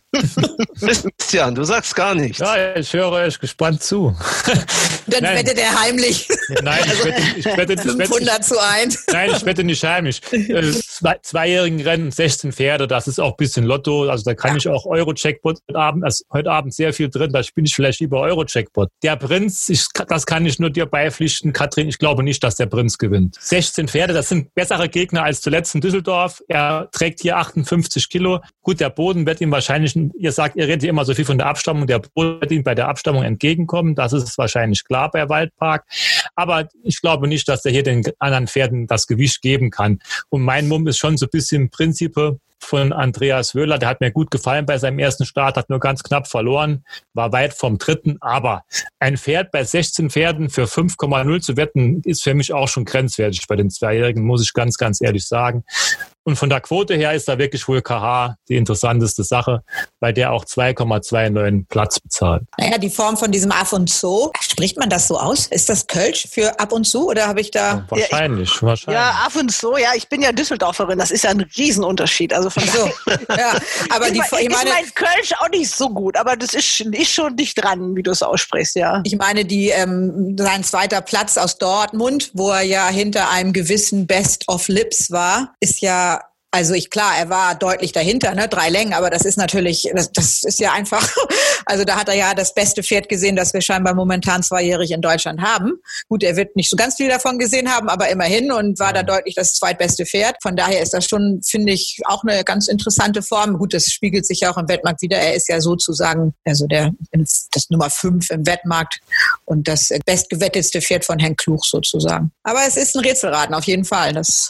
Christian, du sagst gar nichts. Ja, ich höre euch gespannt zu. Dann nein. wettet er heimlich. Nein, ich wette, ich wette, ich wette fünfhundert zu eins. Nein, ich wette nicht heimlich. Äh, zwei, zweijährigen Rennen, sechzehn Pferde, das ist auch ein bisschen Lotto. Also da kann ja. ich auch Euro-Jackpot heute Abend, also heute Abend sehr viel drin, da spiele ich vielleicht lieber Euro-Jackpot. Der Prinz, ich, das kann ich nur dir beipflichten, Katrin, ich glaube nicht, dass der Prinz gewinnt. sechzehn Pferde, das sind bessere Gegner als zuletzt in Düsseldorf. Er trägt hier achtundfünfzig Kilo. Gut, der Boden wird ihm wahrscheinlich, ihr sagt, ihr redet immer so viel von der Abstammung, der Boden wird ihm bei der Abstammung entgegenkommen. Das ist wahrscheinlich klar bei Waldpark. Aber ich glaube nicht, dass er hier den anderen Pferden das Gewicht geben kann. Und mein Mumm ist schon so ein bisschen Prinzipe von Andreas Wöhler. Der hat mir gut gefallen bei seinem ersten Start, hat nur ganz knapp verloren, war weit vom dritten. Aber ein Pferd bei sechzehn Pferden für fünf Komma null zu wetten, ist für mich auch schon grenzwertig bei den Zweijährigen, muss ich ganz, ganz ehrlich sagen. Und von der Quote her ist da wirklich wohl K H die interessanteste Sache, bei der auch zwei Komma neunundzwanzig Platz bezahlt. Naja, die Form von diesem Ab und Zu, spricht man das so aus? Ist das Kölsch für Ab und Zu oder habe ich da... Ja, wahrscheinlich, ja, ich, wahrscheinlich. Ja, Ab und Zu, ja, ich bin ja Düsseldorferin, das ist ja ein Riesenunterschied. Also von so, ja, aber ich die, meine, ich meine, mein Kölsch auch nicht so gut, aber das ist, ist schon dicht dran, wie du es aussprichst, ja. Ich meine, die, ähm, sein zweiter Platz aus Dortmund, wo er ja hinter einem gewissen Best of Lips war, ist ja... Also ich, klar, er war deutlich dahinter, ne, drei Längen, aber das ist natürlich, das, das ist ja einfach, also da hat er ja das beste Pferd gesehen, das wir scheinbar momentan zweijährig in Deutschland haben. Gut, er wird nicht so ganz viel davon gesehen haben, aber immerhin und war da deutlich das zweitbeste Pferd. Von daher ist das schon, finde ich, auch eine ganz interessante Form. Gut, das spiegelt sich ja auch im Wettmarkt wieder. Er ist ja sozusagen, also der, das Nummer fünf im Wettmarkt und das bestgewettetste Pferd von Henk Kluch sozusagen. Aber es ist ein Rätselraten auf jeden Fall. Das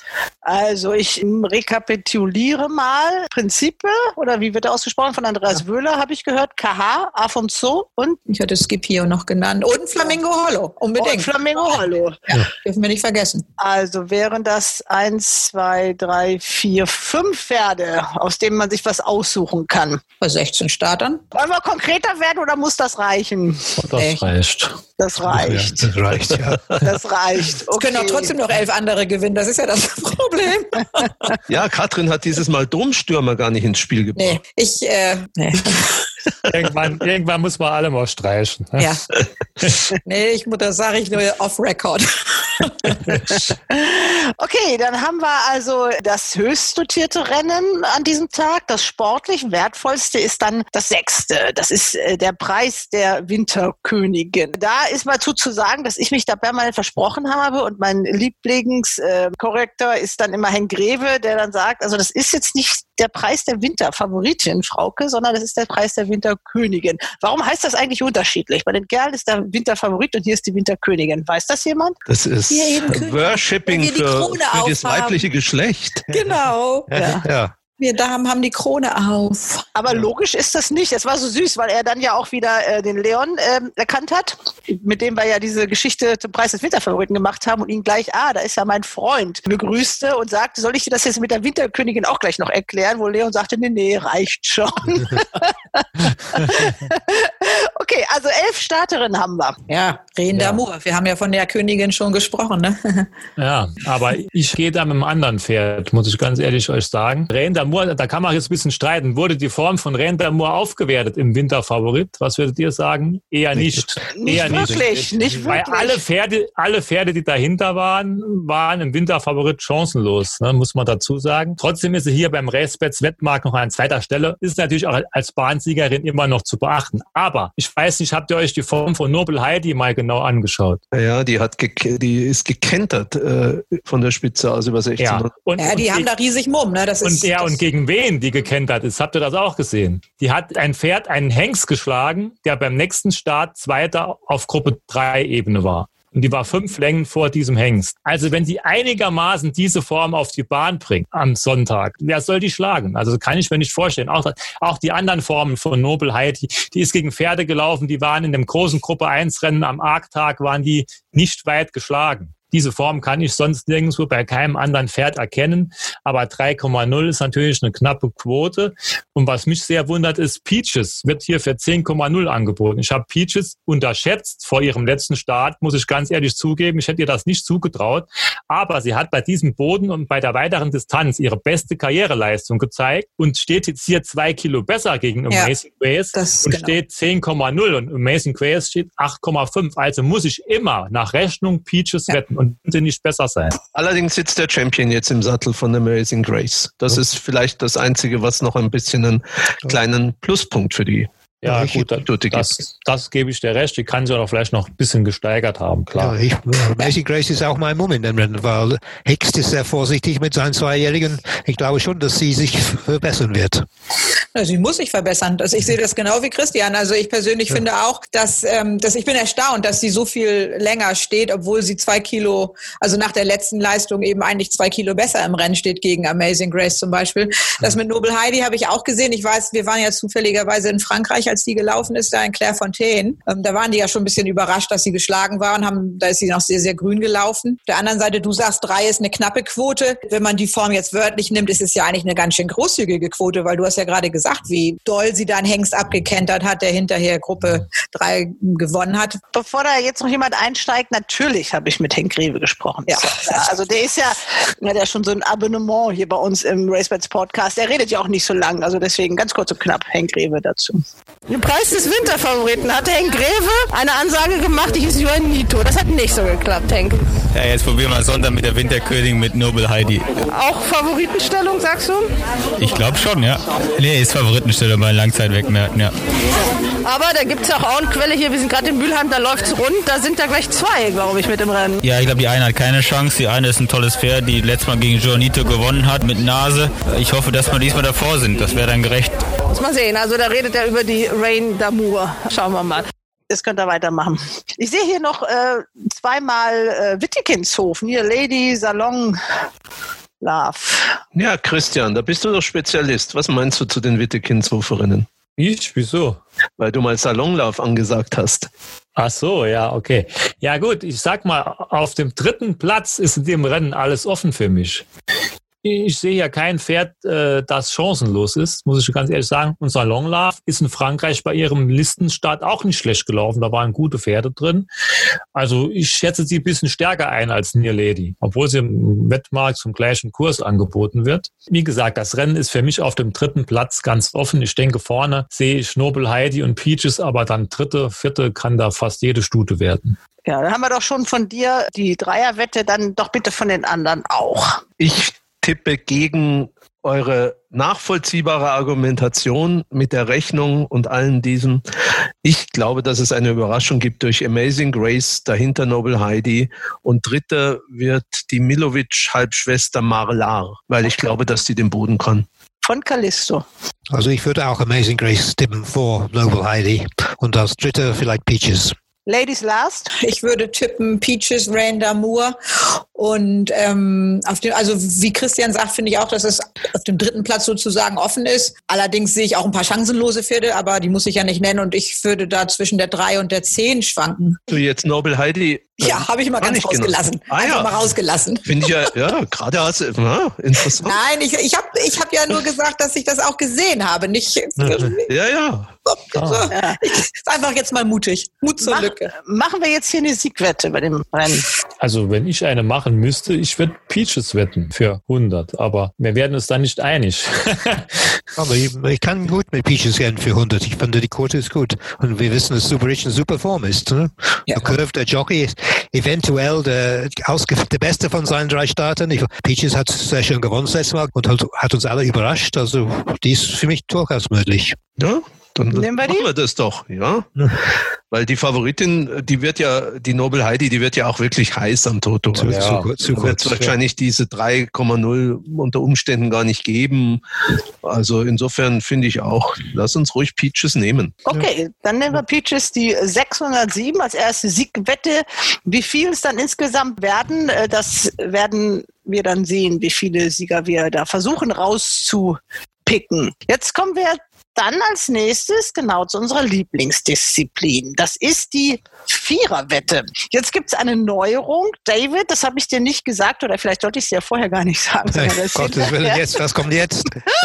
Also ich rekapituliere mal. Principe, oder wie wird er ausgesprochen? Von Andreas ja. Wöhler habe ich gehört. K H, Afonso und? Ich hatte Scipio noch genannt. Und Flamingo Hollow, unbedingt. Und Flamingo Hollow. Ja, dürfen wir nicht vergessen. Also wären das eins, zwei, drei, vier, fünf Pferde, aus denen man sich was aussuchen kann. Bei sechzehn Startern. Wollen wir konkreter werden oder muss das reichen? Das Echt? reicht. Das reicht. Ja, das reicht, ja. Das reicht. Okay. Es können auch trotzdem noch elf andere gewinnen, das ist ja das Problem. Ja, Katrin hat dieses Mal Domstürmer gar nicht ins Spiel gebracht. Nee, ich, äh, nee. irgendwann, irgendwann muss man alle mal streichen. Ne? Ja. Nee, ich, das sage ich nur off-Record. Okay, dann haben wir also das höchst dotierte Rennen an diesem Tag. Das sportlich wertvollste ist dann das sechste. Das ist äh, der Preis der Winterkönigin. Da ist mal zu, zu sagen, dass ich mich da permanent versprochen habe und mein Lieblingskorrektor äh, ist dann immer Henk Greve, der dann sagt, also das ist jetzt nicht der Preis der Winterfavoritin, Frauke, sondern das ist der Preis der Winterkönigin. Warum heißt das eigentlich unterschiedlich? Bei den Kerlen ist der Winterfavorit und hier ist die Winterkönigin. Weiß das jemand? Das ist Worshipping für, für das weibliche Geschlecht. Genau. Ja. Ja. Wir Damen haben die Krone auf. Aber logisch ist das nicht. Das war so süß, weil er dann ja auch wieder äh, den Leon äh, erkannt hat, mit dem wir ja diese Geschichte zum Preis des Winterfavoriten gemacht haben und ihn gleich, ah, da ist ja mein Freund, begrüßte und sagte, soll ich dir das jetzt mit der Winterkönigin auch gleich noch erklären? Wo Leon sagte, nee, nee, reicht schon. Okay, also elf Starterinnen haben wir. Ja, Reen Ja. d'Amour. Wir haben ja von der Königin schon gesprochen, ne? Ja, aber ich gehe da mit einem anderen Pferd, muss ich ganz ehrlich euch sagen. Reen d'Amour, da kann man jetzt ein bisschen streiten. Wurde die Form von Reen d'Amour aufgewertet im Winterfavorit? Was würdet ihr sagen? Eher nicht. Nicht Eher wirklich, nicht Weil wirklich. alle Pferde, alle Pferde, die dahinter waren, waren im Winterfavorit chancenlos, ne, muss man dazu sagen. Trotzdem ist sie hier beim Racebets Wettmarkt noch an zweiter Stelle. Ist natürlich auch als Bahnsiegerin immer noch zu beachten. Aber ich weiß nicht, habt ihr euch die Form von Noble Heidi mal genau angeschaut? Ja, die hat ge- die ist gekentert äh, von der Spitze aus über sechzehn. Ja, und, Ja, die und haben da riesig Mumm, ne? Das Und, ist, ja, das und gegen wen die gekentert ist, habt ihr das auch gesehen? Die hat ein Pferd, einen Hengst geschlagen, der beim nächsten Start Zweiter auf Gruppe drei Ebene war. Und die war fünf Längen vor diesem Hengst. Also wenn sie einigermaßen diese Form auf die Bahn bringt am Sonntag, wer soll die schlagen? Also kann ich mir nicht vorstellen. Auch, auch die anderen Formen von Noble Heidi, die ist gegen Pferde gelaufen, die waren in dem großen Gruppe eins Rennen am Arktag, waren die nicht weit geschlagen. Diese Form kann ich sonst nirgendwo bei keinem anderen Pferd erkennen. Aber drei Komma null ist natürlich eine knappe Quote. Und was mich sehr wundert ist, Peaches wird hier für zehn Komma null angeboten. Ich habe Peaches unterschätzt vor ihrem letzten Start, muss ich ganz ehrlich zugeben. Ich hätte ihr das nicht zugetraut. Aber sie hat bei diesem Boden und bei der weiteren Distanz ihre beste Karriereleistung gezeigt und steht jetzt hier zwei Kilo besser gegen Ja, Amazing Grace das und genau. steht zehn Komma null und Amazing Grace steht acht Komma fünf. Also muss ich immer nach Rechnung Peaches Ja. wetten und könnte nicht besser sein. Allerdings sitzt der Champion jetzt im Sattel von Amazing Grace. Das ist vielleicht das Einzige, was noch ein bisschen einen kleinen Pluspunkt für die Ja, Ich- gut, Tutti gibt. das, das gebe ich dir recht. Die kann sie auch vielleicht noch ein bisschen gesteigert haben, klar. Ja, ich, Amazing Grace ist auch mein Mumm in dem Rennen, weil Hext ist sehr vorsichtig mit seinen Zweijährigen. Ich glaube schon, dass sie sich verbessern wird. Ja, sie muss sich verbessern. Also ich sehe das genau wie Christian. Also ich persönlich ja. finde auch, dass, ähm, dass ich bin erstaunt, dass sie so viel länger steht, obwohl sie zwei Kilo, also nach der letzten Leistung eben eigentlich zwei Kilo besser im Rennen steht gegen Amazing Grace zum Beispiel. Das mit Noble Heidi habe ich auch gesehen. Ich weiß, wir waren ja zufälligerweise in Frankreich, als die gelaufen ist, da in Clairefontaine. Ähm, da waren die ja schon ein bisschen überrascht, dass sie geschlagen waren. Haben, da ist sie noch sehr, sehr grün gelaufen. Auf der anderen Seite, du sagst, drei ist eine knappe Quote. Wenn man die Form jetzt wörtlich nimmt, ist es ja eigentlich eine ganz schön großzügige Quote, weil du hast ja gerade gesagt, wie doll sie da einen Hengst abgekentert hat, der hinterher Gruppe drei gewonnen hat. Bevor da jetzt noch jemand einsteigt, natürlich habe ich mit Henk Greve gesprochen. Ja. Also der ist ja, der hat ja schon so ein Abonnement hier bei uns im RaceBets Podcast. Der redet ja auch nicht so lang, also deswegen ganz kurz und knapp Henk Greve dazu. Den Preis des Winterfavoriten hatte Henk Greve eine Ansage gemacht, ich ist Juanito. Das hat nicht so geklappt, Henk. Ja, jetzt probieren wir Sonntag mit der Winterkönigin mit Noble Heidi. Auch Favoritenstellung, sagst du? Ich glaube schon, ja. Nee, ist Favoritenstellung bei Langzeitwegmärkten, ja. Aber da gibt es auch Auenquelle hier, wir sind gerade in Mülheim, da läuft's rund, da sind da gleich zwei, glaube ich, mit im Rennen. Ja, ich glaube, die eine hat keine Chance. Die eine ist ein tolles Pferd, die letztes Mal gegen Juanito gewonnen hat mit Nase. Ich hoffe, dass wir diesmal davor sind. Das wäre dann gerecht. Muss man sehen, also da redet er über die Reen d'Amour. Schauen wir mal. Das könnt ihr weitermachen. Ich sehe hier noch äh, zweimal äh, Wittekinshofen. Hier Lady Salon Love. Ja, Christian, da bist du doch Spezialist. Was meinst du zu den Wittekindshofer-Rennen? Ich? Wieso? Weil du mal Salonlauf angesagt hast. Ach so, ja, okay. Ja gut, ich sag mal, auf dem dritten Platz ist in dem Rennen alles offen für mich. Ich sehe ja kein Pferd, äh, das chancenlos ist, muss ich ganz ehrlich sagen. Und Salonlauf ist in Frankreich bei ihrem Listenstart auch nicht schlecht gelaufen. Da waren gute Pferde drin. Also ich schätze sie ein bisschen stärker ein als Near Lady, obwohl sie im Wettmarkt zum gleichen Kurs angeboten wird. Wie gesagt, das Rennen ist für mich auf dem dritten Platz ganz offen. Ich denke, vorne sehe ich Noble Heidi und Peaches, aber dann dritte, vierte kann da fast jede Stute werden. Ja, dann haben wir doch schon von dir die Dreierwette, dann doch bitte von den anderen auch. Ich tippe gegen eure nachvollziehbare Argumentation mit der Rechnung und allem diesem. Ich glaube, dass es eine Überraschung gibt durch Amazing Grace, dahinter Noble Heidi und dritte wird die Milovic-Halbschwester Marlar, weil ich glaube, dass die den Boden kann. Von Callisto. Also ich würde auch Amazing Grace tippen vor Noble Heidi und als dritte vielleicht Peaches. Ladies last. Ich würde tippen Peaches, Rain d'Amour und ähm, auf dem, also wie Christian sagt, finde ich auch, dass es auf dem dritten Platz sozusagen offen ist. Allerdings sehe ich auch ein paar chancenlose Pferde, aber die muss ich ja nicht nennen und ich würde da zwischen der drei und der zehn schwanken. Du jetzt Noble Heidi. Ja, habe ich mal ganz rausgelassen. Ah, Einfach ja. mal rausgelassen. Finde ich ja, ja, gerade hast du, ja, interessant. Nein, ich, ich habe ich hab ja nur gesagt, dass ich das auch gesehen habe. Nicht, ja, ja. So, ich, ist einfach jetzt mal mutig. Mut zur Mach, Lücke. Machen wir jetzt hier eine Siegwette bei dem Rennen. Also wenn ich eine machen müsste, ich würde Peaches wetten für hundert, aber wir werden uns da nicht einig. Aber ich, ich kann gut mit Peaches gehen für hundert. Ich finde, die Quote ist gut. Und wir wissen, dass Super Rich in super Form ist. Ne? Ja. Der Curve, der Jockey ist eventuell der, der Beste von seinen drei Startern. Ich, Peaches hat sehr schön gewonnen letztes Mal und hat, hat uns alle überrascht. Also die ist für mich durchaus möglich. Ja, dann Nehmen wir machen die? wir das doch, ja. Weil die Favoritin, die wird ja, die Noble Heidi, die wird ja auch wirklich heiß am Toto. Zu, ja. zu, zu da wird es wahrscheinlich diese drei Komma null unter Umständen gar nicht geben. Also insofern finde ich auch, lass uns ruhig Peaches nehmen. Okay, dann nehmen wir Peaches die sechshundertsieben als erste Siegwette. Wie viel es dann insgesamt werden, das werden wir dann sehen, wie viele Sieger wir da versuchen rauszupicken. Jetzt kommen wir dann als nächstes genau zu unserer Lieblingsdisziplin. Das ist die Viererwette. Jetzt gibt es eine Neuerung. David, das habe ich dir nicht gesagt oder vielleicht sollte ich es dir vorher gar nicht sagen. Hey, Gottes Willen, jetzt, was kommt jetzt?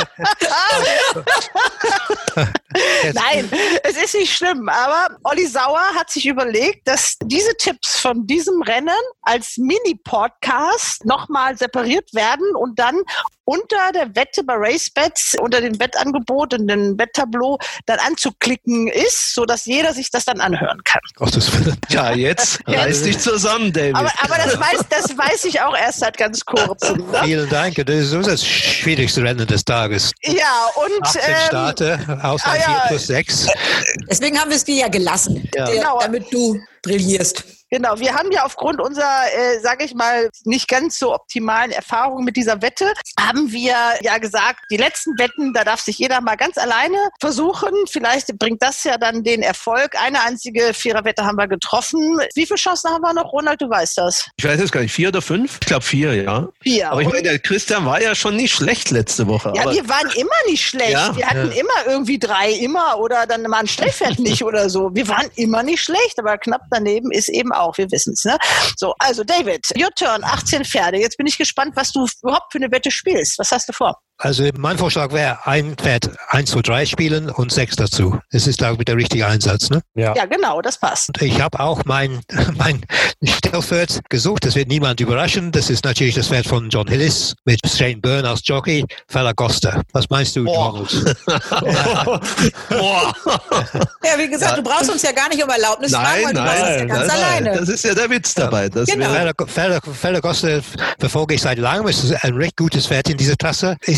jetzt? Nein, es ist nicht schlimm, aber Olli Sauer hat sich überlegt, dass diese Tipps von diesem Rennen als Mini-Podcast nochmal separiert werden und dann unter der Wette bei RaceBets, unter dem Wettangebot und dem Wetttableau dann anzuklicken ist, sodass jeder sich das dann anhören kann. Gottes Willen. Ja, jetzt reiß dich zusammen, David. Aber, aber das, weiß, das weiß ich auch erst seit ganz kurzem. Ne? Vielen Dank. Das ist das schwierigste Rennen des Tages. Ja, und achtzehn ähm, Starte, aus ah, vier ja. plus sechs. Deswegen haben wir es dir ja gelassen, Ja. der, Genau. damit du brillierst. Genau, wir haben ja aufgrund unserer, äh, sage ich mal, nicht ganz so optimalen Erfahrungen mit dieser Wette, haben wir ja gesagt, die letzten Wetten, da darf sich jeder mal ganz alleine versuchen. Vielleicht bringt das ja dann den Erfolg. Eine einzige Viererwette haben wir getroffen. Wie viele Chancen haben wir noch, Ronald? Du weißt das. Ich weiß jetzt gar nicht, vier oder fünf? Ich glaube vier, ja. Vier. Aber ich meine, der Christian war ja schon nicht schlecht letzte Woche. Ja, aber wir waren immer nicht schlecht. Ja, wir hatten ja. immer irgendwie drei, immer oder dann mal ein Stellpferd nicht oder so. Wir waren immer nicht schlecht, aber knapp daneben ist eben auch, wir wissen es. Ne? So, also David, your turn, achtzehn Pferde. Jetzt bin ich gespannt, was du überhaupt für eine Wette spielst. Was hast du vor? Also mein Vorschlag wäre, ein Pferd eins, zwei, drei spielen und sechs dazu. Das ist, glaube ich, der richtige Einsatz. Ne? Ja. Ja, genau, das passt. Und ich habe auch mein, mein Stellpferd gesucht. Das wird niemand überraschen. Das ist natürlich das Pferd von John Hillis mit Shane Byrne als Jockey, Falagosta. Was meinst du, Donald? Boah. Ja, wie gesagt, Ja. du brauchst uns ja gar nicht um Erlaubnis fragen, Nein, weil du machst das ja nein, ganz nein, alleine. nein. Das ist ja der Witz dabei. Das Genau. wäre- Falagosta verfolge ich seit langem. Es ist ein recht gutes Pferd in dieser Klasse. Es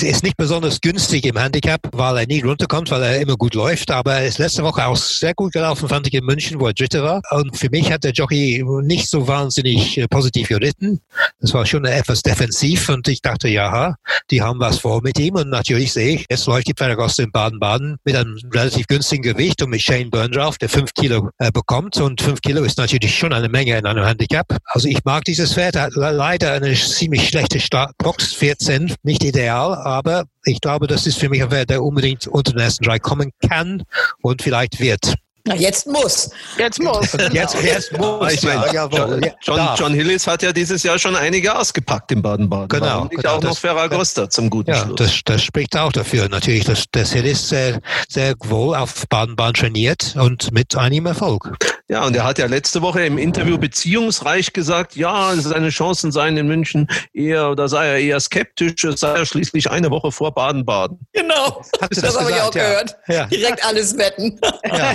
ist nicht besonders günstig im Handicap, weil er nie runterkommt, weil er immer gut läuft. Aber er ist letzte Woche auch sehr gut gelaufen, fand ich, in München, wo er Dritter war. Und für mich hat der Jockey nicht so wahnsinnig äh, positiv geritten. Das war schon etwas defensiv und ich dachte, ja, die haben was vor mit ihm. Und natürlich sehe ich, jetzt läuft die Pferdegosse in Baden-Baden mit einem relativ günstigen Gewicht und mit Shane Byrne drauf, der fünf Kilo äh, bekommt. Und fünf Kilo ist natürlich schon eine Menge in einem Handicap. Also ich mag dieses Pferd. Er hat leider eine ziemlich schlechte Startbox, vierzehn, nicht ideal, aber ich glaube, das ist für mich ein Pferd, der unbedingt unter den ersten drei kommen kann und vielleicht wird. Na, jetzt muss. Jetzt muss. Genau. Jetzt, jetzt muss. Ich meine, ja, John, John, John Hillis hat ja dieses Jahr schon einige ausgepackt in Baden-Baden. Genau. Und genau auch noch Ferragosta zum guten ja, Schluss. Das, das spricht auch dafür. Natürlich, dass, dass Hillis sehr, sehr wohl auf Baden-Baden trainiert und mit einigem Erfolg. Ja, und er hat ja letzte Woche im Interview beziehungsreich gesagt, ja, seine Chancen seien in München eher, oder sei er eher skeptisch, es sei er schließlich eine Woche vor Baden-Baden. Genau, Hat das, das das habe ich auch ja. gehört. Ja. Direkt alles wetten. Ja.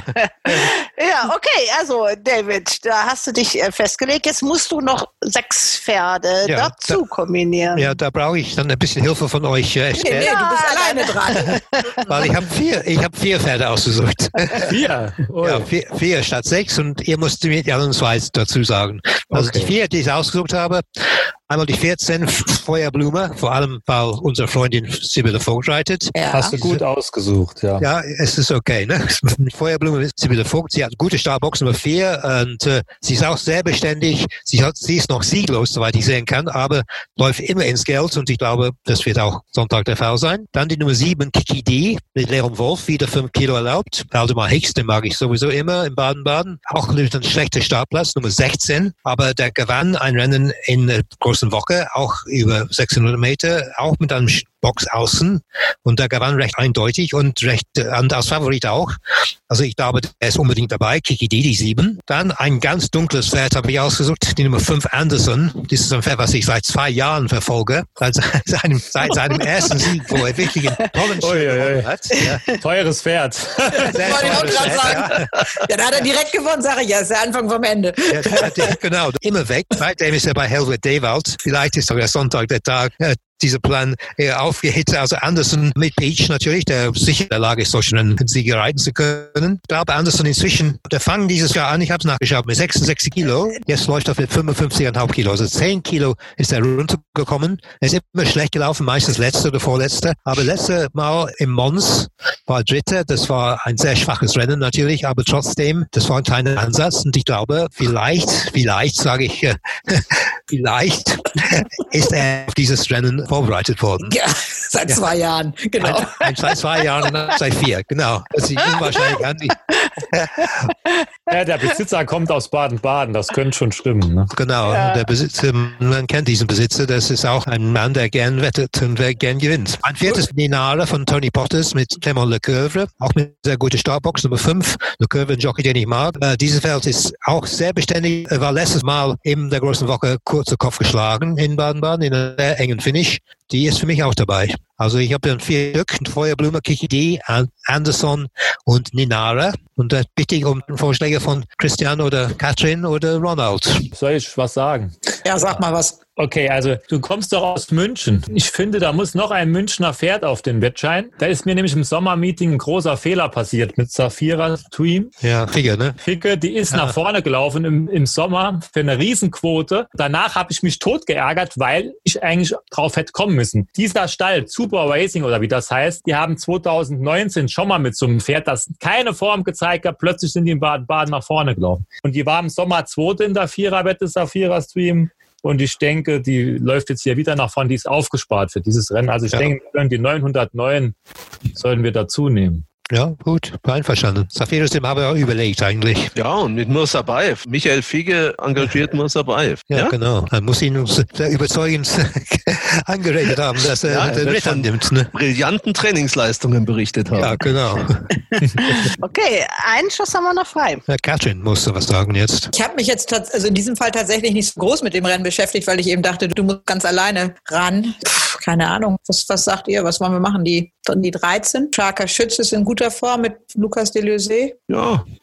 Ja, okay, also David, da hast du dich äh, festgelegt. Jetzt musst du noch sechs Pferde Ja, dazu da, kombinieren. Ja, da brauche ich dann ein bisschen Hilfe von euch, äh, Nee, nee, du bist alleine dran. Weil ich habe vier, ich habe vier Pferde ausgesucht. Vier? Oh. Ja, vier, vier statt sechs und ihr müsst mir die anderen zwei dazu sagen. Also Okay. die vier, die ich ausgesucht habe, einmal die vierzehn Feuerblume, vor allem weil unsere Freundin Sibylle Vogt reitet. Ja. Hast du gut ausgesucht, ja. Ja, es ist okay, ne? Feuerblume ist Sibylle Vogt, sie hat eine gute Startbox Nummer vier und äh, sie ist auch sehr beständig. Sie hat, sie ist noch sieglos, soweit ich sehen kann, aber läuft immer ins Geld und ich glaube, das wird auch Sonntag der Fall sein. Dann die Nummer sieben, Kiki D, mit Leon Wolf, wieder fünf Kilo erlaubt. Waldemar Hicks, den mag ich sowieso immer in Baden-Baden. Auch mit einem schlechten Startplatz, Nummer sechzehn, aber der gewann ein Rennen in der großen Woche, auch über sechshundert Meter, auch mit einem Box außen und der gewann recht eindeutig und recht und als Favorit auch. Also ich glaube, er ist unbedingt dabei. Kiki D, die sieben. Dann ein ganz dunkles Pferd habe ich ausgesucht, die Nummer fünf, Anderson. Das ist ein Pferd, was ich seit zwei Jahren verfolge. Seit seinem, seit seinem ersten Sieg, wo er wirklich einen tollen Schritt gewonnen hat. Ja. Teures Pferd. Das wollte ich auch gerade sagen. Ja. ja, da hat er direkt gewonnen, sage ich ja. Das ist der Anfang vom Ende. Ja, der, genau, immer weg. Seitdem ist er bei Helvet Dewald. Vielleicht ist sogar Sonntag der Tag, ja, dieser Plan eher aufgeht. Also Anderson mit Peach natürlich, der sicher in der Lage ist, solchen einen Sieger reiten zu können. Ich glaube, Anderson inzwischen, der Fang dieses Jahr an, ich habe es nachgeschaut, mit sechsundsechzig Kilo. Jetzt läuft er mit fünfundfünfzig Komma fünf Kilo. Also zehn Kilo ist er runtergekommen. Er ist immer schlecht gelaufen, meistens letzter oder vorletzter. Aber letztes Mal im Mons war Dritter. Das war ein sehr schwaches Rennen natürlich, aber trotzdem, das war ein kleiner Ansatz. Und ich glaube, vielleicht, vielleicht sage ich, vielleicht ist er auf dieses Rennen vorbereitet worden. Ja, seit ja. zwei Jahren, genau. Ein, ein, seit zwei Jahren und seit vier, genau. Das ist unwahrscheinlich an. Ja, der Besitzer kommt aus Baden-Baden, das könnte schon stimmen. Ne? Genau, ja. Der Besitzer, man kennt diesen Besitzer, das ist auch ein Mann, der gern wettet und der gern gewinnt. Ein viertes Ninara von Tony Potters mit Clement Lecoeuvre, auch mit sehr guter Startbox, Nummer fünf, Lecoeuvre, ein Jockey, den ich mag. Äh, dieses Feld ist auch sehr beständig, er war letztes Mal in der großen Woche kurzer Kopf geschlagen in Baden-Baden, in einem sehr engen Finish. Die ist für mich auch dabei. Also ich habe dann vier Stück, Feuerblume, Kiki D, Anderson und Ninara. Und da bitte ich um Vorschläge von Christian oder Katrin oder Ronald. Soll ich was sagen? Ja, sag mal was. Okay, also du kommst doch aus München. Ich finde, da muss noch ein Münchner Pferd auf den Wettschein. Da ist mir nämlich im Sommermeeting ein großer Fehler passiert mit Safira Twin. Ja, Figge, ne? Figge, die ist ja. nach vorne gelaufen im, im Sommer für eine Riesenquote. Danach habe ich mich tot geärgert, weil ich eigentlich drauf hätte kommen müssen. Dieser Stall, Super Racing oder wie das heißt, die haben zwanzig neunzehn schon mal mit so einem Pferd, das keine Form gezeigt hat, plötzlich sind die in Baden-Baden nach vorne gelaufen. Und die war im Sommer zweite in der Viererwette, Safira Stream. Und ich denke, die läuft jetzt hier wieder nach vorne, die ist aufgespart für dieses Rennen. Also ich ja. denke, wir können die neunhundertneun sollten wir dazu nehmen. Ja, gut, einverstanden. Safira Stream habe ich auch überlegt eigentlich. Ja, und mit Mursabayev. Michael Figge engagiert Mursabayev. Ja, ja, genau. Er muss ihn sehr überzeugend angeredet haben, dass er ja, den Ritt annimmt. Ne? Brillanten Trainingsleistungen berichtet haben. Ja, genau. Okay, einen Schuss haben wir noch frei. Ja, Katrin musste was sagen jetzt. Ich habe mich jetzt tats- also in diesem Fall tatsächlich nicht so groß mit dem Rennen beschäftigt, weil ich eben dachte, du musst ganz alleine ran. Puh, keine Ahnung. Was, was sagt ihr? Was wollen wir machen? Die, die dreizehn? Charka Schütz ist in guter Form mit Lucas Deleuze. Ja,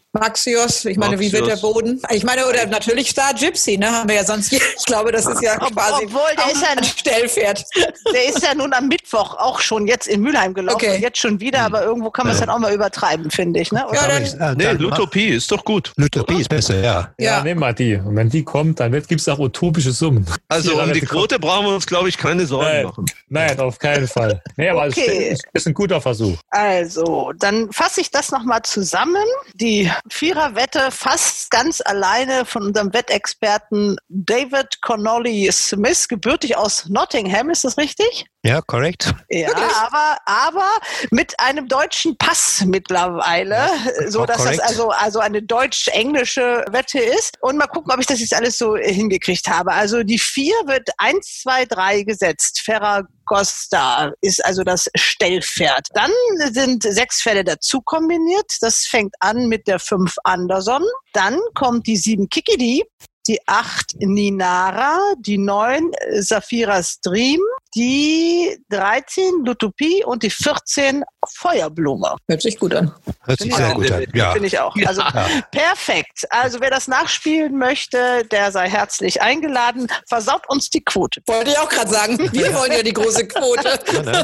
Maxios, ich meine, Maxios. Wie wird der Boden? Ich meine, oder natürlich Star Gypsy, ne? Haben wir ja sonst, ich glaube, das ist ja quasi Obwohl, der ist ja ein Stellpferd. Der ist ja nun am Mittwoch auch schon jetzt in Mülheim gelaufen, okay. Und jetzt schon wieder, aber irgendwo kann man es ja. dann auch mal übertreiben, finde ich. Ne? Ja, dann, nee, Lutopie ist doch gut. Lutopie ist besser, ja. Ja, ja nehmen wir die. Und wenn die kommt, dann gibt es auch utopische Summen. Also um die Quote kommt. brauchen wir uns, glaube ich, keine Sorgen Nein. machen. Nein, auf keinen Fall. Nee, aber okay. es ist ein guter Versuch. Also, dann fasse ich das nochmal zusammen. Die Viererwette fast ganz alleine von unserem Wettexperten David Connolly Smith, gebürtig aus Nottingham, ist das richtig? Ja, korrekt. Ja, aber, aber mit einem deutschen Pass mittlerweile, ja, so dass korrekt. das also, also eine deutsch-englische Wette ist. Und mal gucken, ob ich das jetzt alles so hingekriegt habe. Also die vier wird eins, zwei, drei gesetzt. Ferragosta ist also das Stellpferd. Dann sind sechs Pferde dazu kombiniert. Das fängt an mit der fünf Anderson. Dann kommt die sieben Kikidi, die acht Ninara, die neun Saphiras Dream, die dreizehn Lutopie und die vierzehn Feuerblume. Hört sich gut an. Hört sich sehr gut an, ja. Finde ich auch. Also ja. Perfekt. Also wer das nachspielen möchte, der sei herzlich eingeladen. Versaut uns die Quote. Wollte ich auch gerade sagen. Wir wollen ja die große Quote.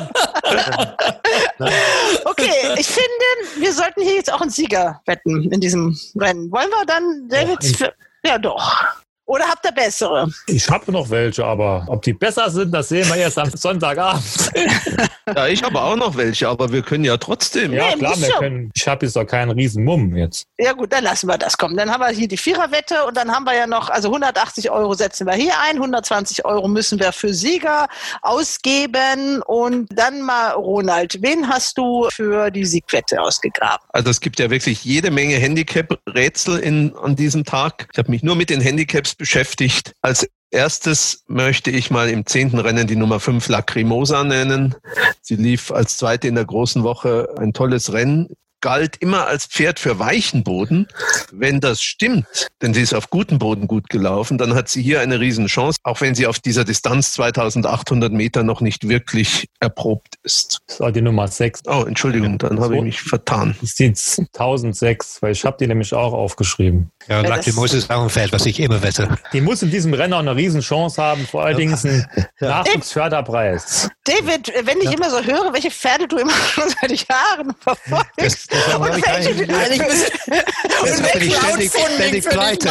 Okay, ich finde, wir sollten hier jetzt auch einen Sieger wetten in diesem Rennen. Wollen wir dann Davids... Ja, ja doch. Oder habt ihr bessere? Ich habe noch welche, aber ob die besser sind, das sehen wir erst am Sonntagabend. Ja, ich habe auch noch welche, aber wir können ja trotzdem. Ja, nee, klar, wir können. Ich habe jetzt doch keinen riesen Mumm jetzt. Ja gut, dann lassen wir das kommen. Dann haben wir hier die Viererwette und dann haben wir ja noch, also hundertachtzig Euro setzen wir hier ein, hundertzwanzig Euro müssen wir für Sieger ausgeben und dann mal, Ronald, wen hast du für die Siegwette ausgegraben? Also es gibt ja wirklich jede Menge Handicap-Rätsel in, an diesem Tag. Ich habe mich nur mit den Handicaps beschäftigt. Als erstes möchte ich mal im zehnten Rennen die Nummer fünf Lacrimosa nennen. Sie lief als zweite in der großen Woche ein tolles Rennen. Galt immer als Pferd für weichen Boden. Wenn das stimmt, denn sie ist auf gutem Boden gut gelaufen, dann hat sie hier eine Riesenchance, auch wenn sie auf dieser Distanz zweitausendachthundert Meter noch nicht wirklich erprobt ist. Das war die Nummer sechs. Oh, Entschuldigung, dann habe ich mich vertan. Das ist die tausendsechs, weil ich habe die nämlich auch aufgeschrieben. Ja, Lacrimosa ist auch ein Pferd, was ich immer wette. Die muss in diesem Rennen auch eine Riesenchance haben, vor allen Dingen einen ja. Nachwuchsförderpreis. David, wenn ich ja. immer so höre, welche Pferde du immer schon seit Jahren verfolgst, das, das und welche du alles ständig, ständig pleite.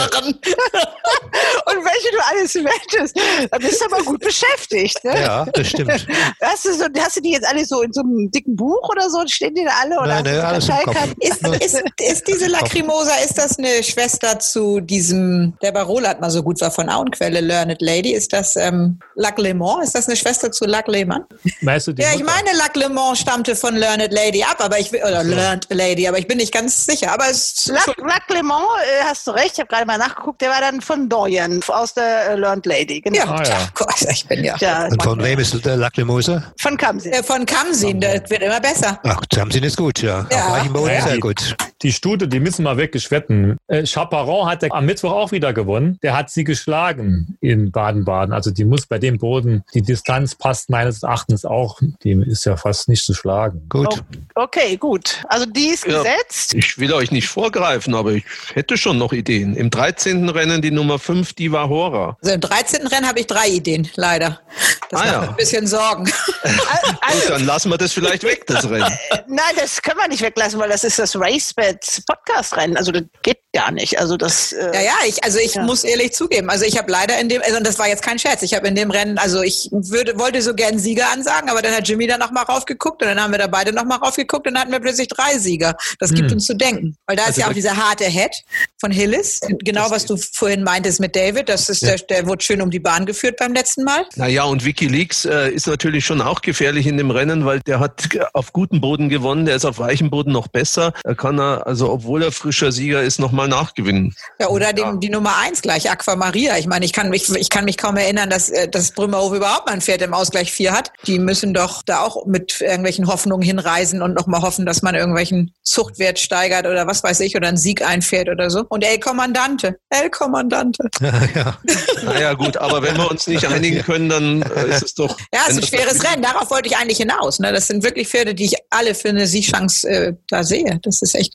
Und welche du alles wettest, dann bist du aber gut beschäftigt. Ne? Ja, das stimmt. Hast du, so, hast du die jetzt alle so in so einem dicken Buch oder so? Stehen die da alle? Oder nein, nein, alles im Kopf. Ist, ist, ist diese Lacrimosa, ist das eine Schwester zu diesem, der bei Roland mal so gut war von Auenquelle, Learned Lady? Ist das ähm, Lac Le Mans? Ist das eine Schwester zu Lac Le Mans? Weißt du, die ja, Mutter? Ich meine, Lac Le Mans stammte von Learned Lady ab, aber ich will, oder Learned Lady, aber ich bin nicht ganz sicher. Aber es Lac, Lac Le Mans, äh, hast du recht, ich habe gerade mal nachgeguckt, der war dann von Dorian, aus der äh, Learned Lady. Genau. Ja, ah, ja. Gott, ich bin ja. ja Und von wem ist der Lacrimosa? Von Kamsin. Äh, von Kamsin, das wird immer besser. Ach, Kamsin ist gut, ja. ja. Auf weichem Boden ja, sehr die, gut. Die Stute, die müssen wir wirklich wetten. Äh, Chaperon hat am Mittwoch auch wieder gewonnen. Der hat sie geschlagen in Baden-Baden. Also die muss bei dem Boden, die Distanz passt meines Erachtens auch. Die ist ja fast nicht zu schlagen. Gut. Oh, okay, gut. Also die ist ja, gesetzt. Ich will euch nicht vorgreifen, aber ich hätte schon noch Ideen. Im dreizehnten Rennen die Nummer fünf, Diva Hora. Also im dreizehnten Rennen habe ich drei Ideen, leider. Das ah, macht ja. mir ein bisschen Sorgen. Also, gut, dann lassen wir das vielleicht weg, das Rennen. Nein, das können wir nicht weglassen, weil das ist das RaceBets Podcast-Rennen. Also das geht gar nicht. Also das. Äh, ja, ja, ich, also ich ja. muss ehrlich zugeben. Also ich habe leider in dem, also das war jetzt kein Scherz. Ich habe in dem Rennen, also ich würde, wollte so gern Sieger ansagen, aber dann hat Jimmy da nochmal raufgeguckt und dann haben wir da beide nochmal raufgeguckt und dann hatten wir plötzlich drei Sieger. Das gibt hm. uns zu denken. Weil da also ist ja auch dieser harte Head von Hillis. Genau, was du vorhin meintest mit David. Das ist ja. der, der wurde schön um die Bahn geführt beim letzten Mal. Naja, und WikiLeaks äh, ist natürlich schon auch gefährlich in dem Rennen, weil der hat auf gutem Boden gewonnen, der ist auf weichem Boden noch besser. Er kann er, also obwohl er frischer Sieger ist, nochmal nachgewinnen. Ja, oder dem, ja. die Nummer eins gleich, Aqua Maria. Ich meine, ich kann mich, ich kann mich kaum erinnern, dass, dass Brümmerhof überhaupt mal ein Pferd im Ausgleich vier hat. Die müssen doch da auch mit irgendwelchen Hoffnungen hinreisen und nochmal hoffen, dass man irgendwelchen Zuchtwert steigert oder was weiß ich, oder einen Sieg einfährt oder so. Und El Kommandante, El Kommandante. Ja, ja. Naja, gut, aber wenn wir uns nicht einigen können, dann ist es doch... Ja, es ist ein schweres Rennen, darauf wollte ich eigentlich hinaus. Ne? Das sind wirklich Pferde, die ich alle für eine Siegchance äh, da sehe. Das ist echt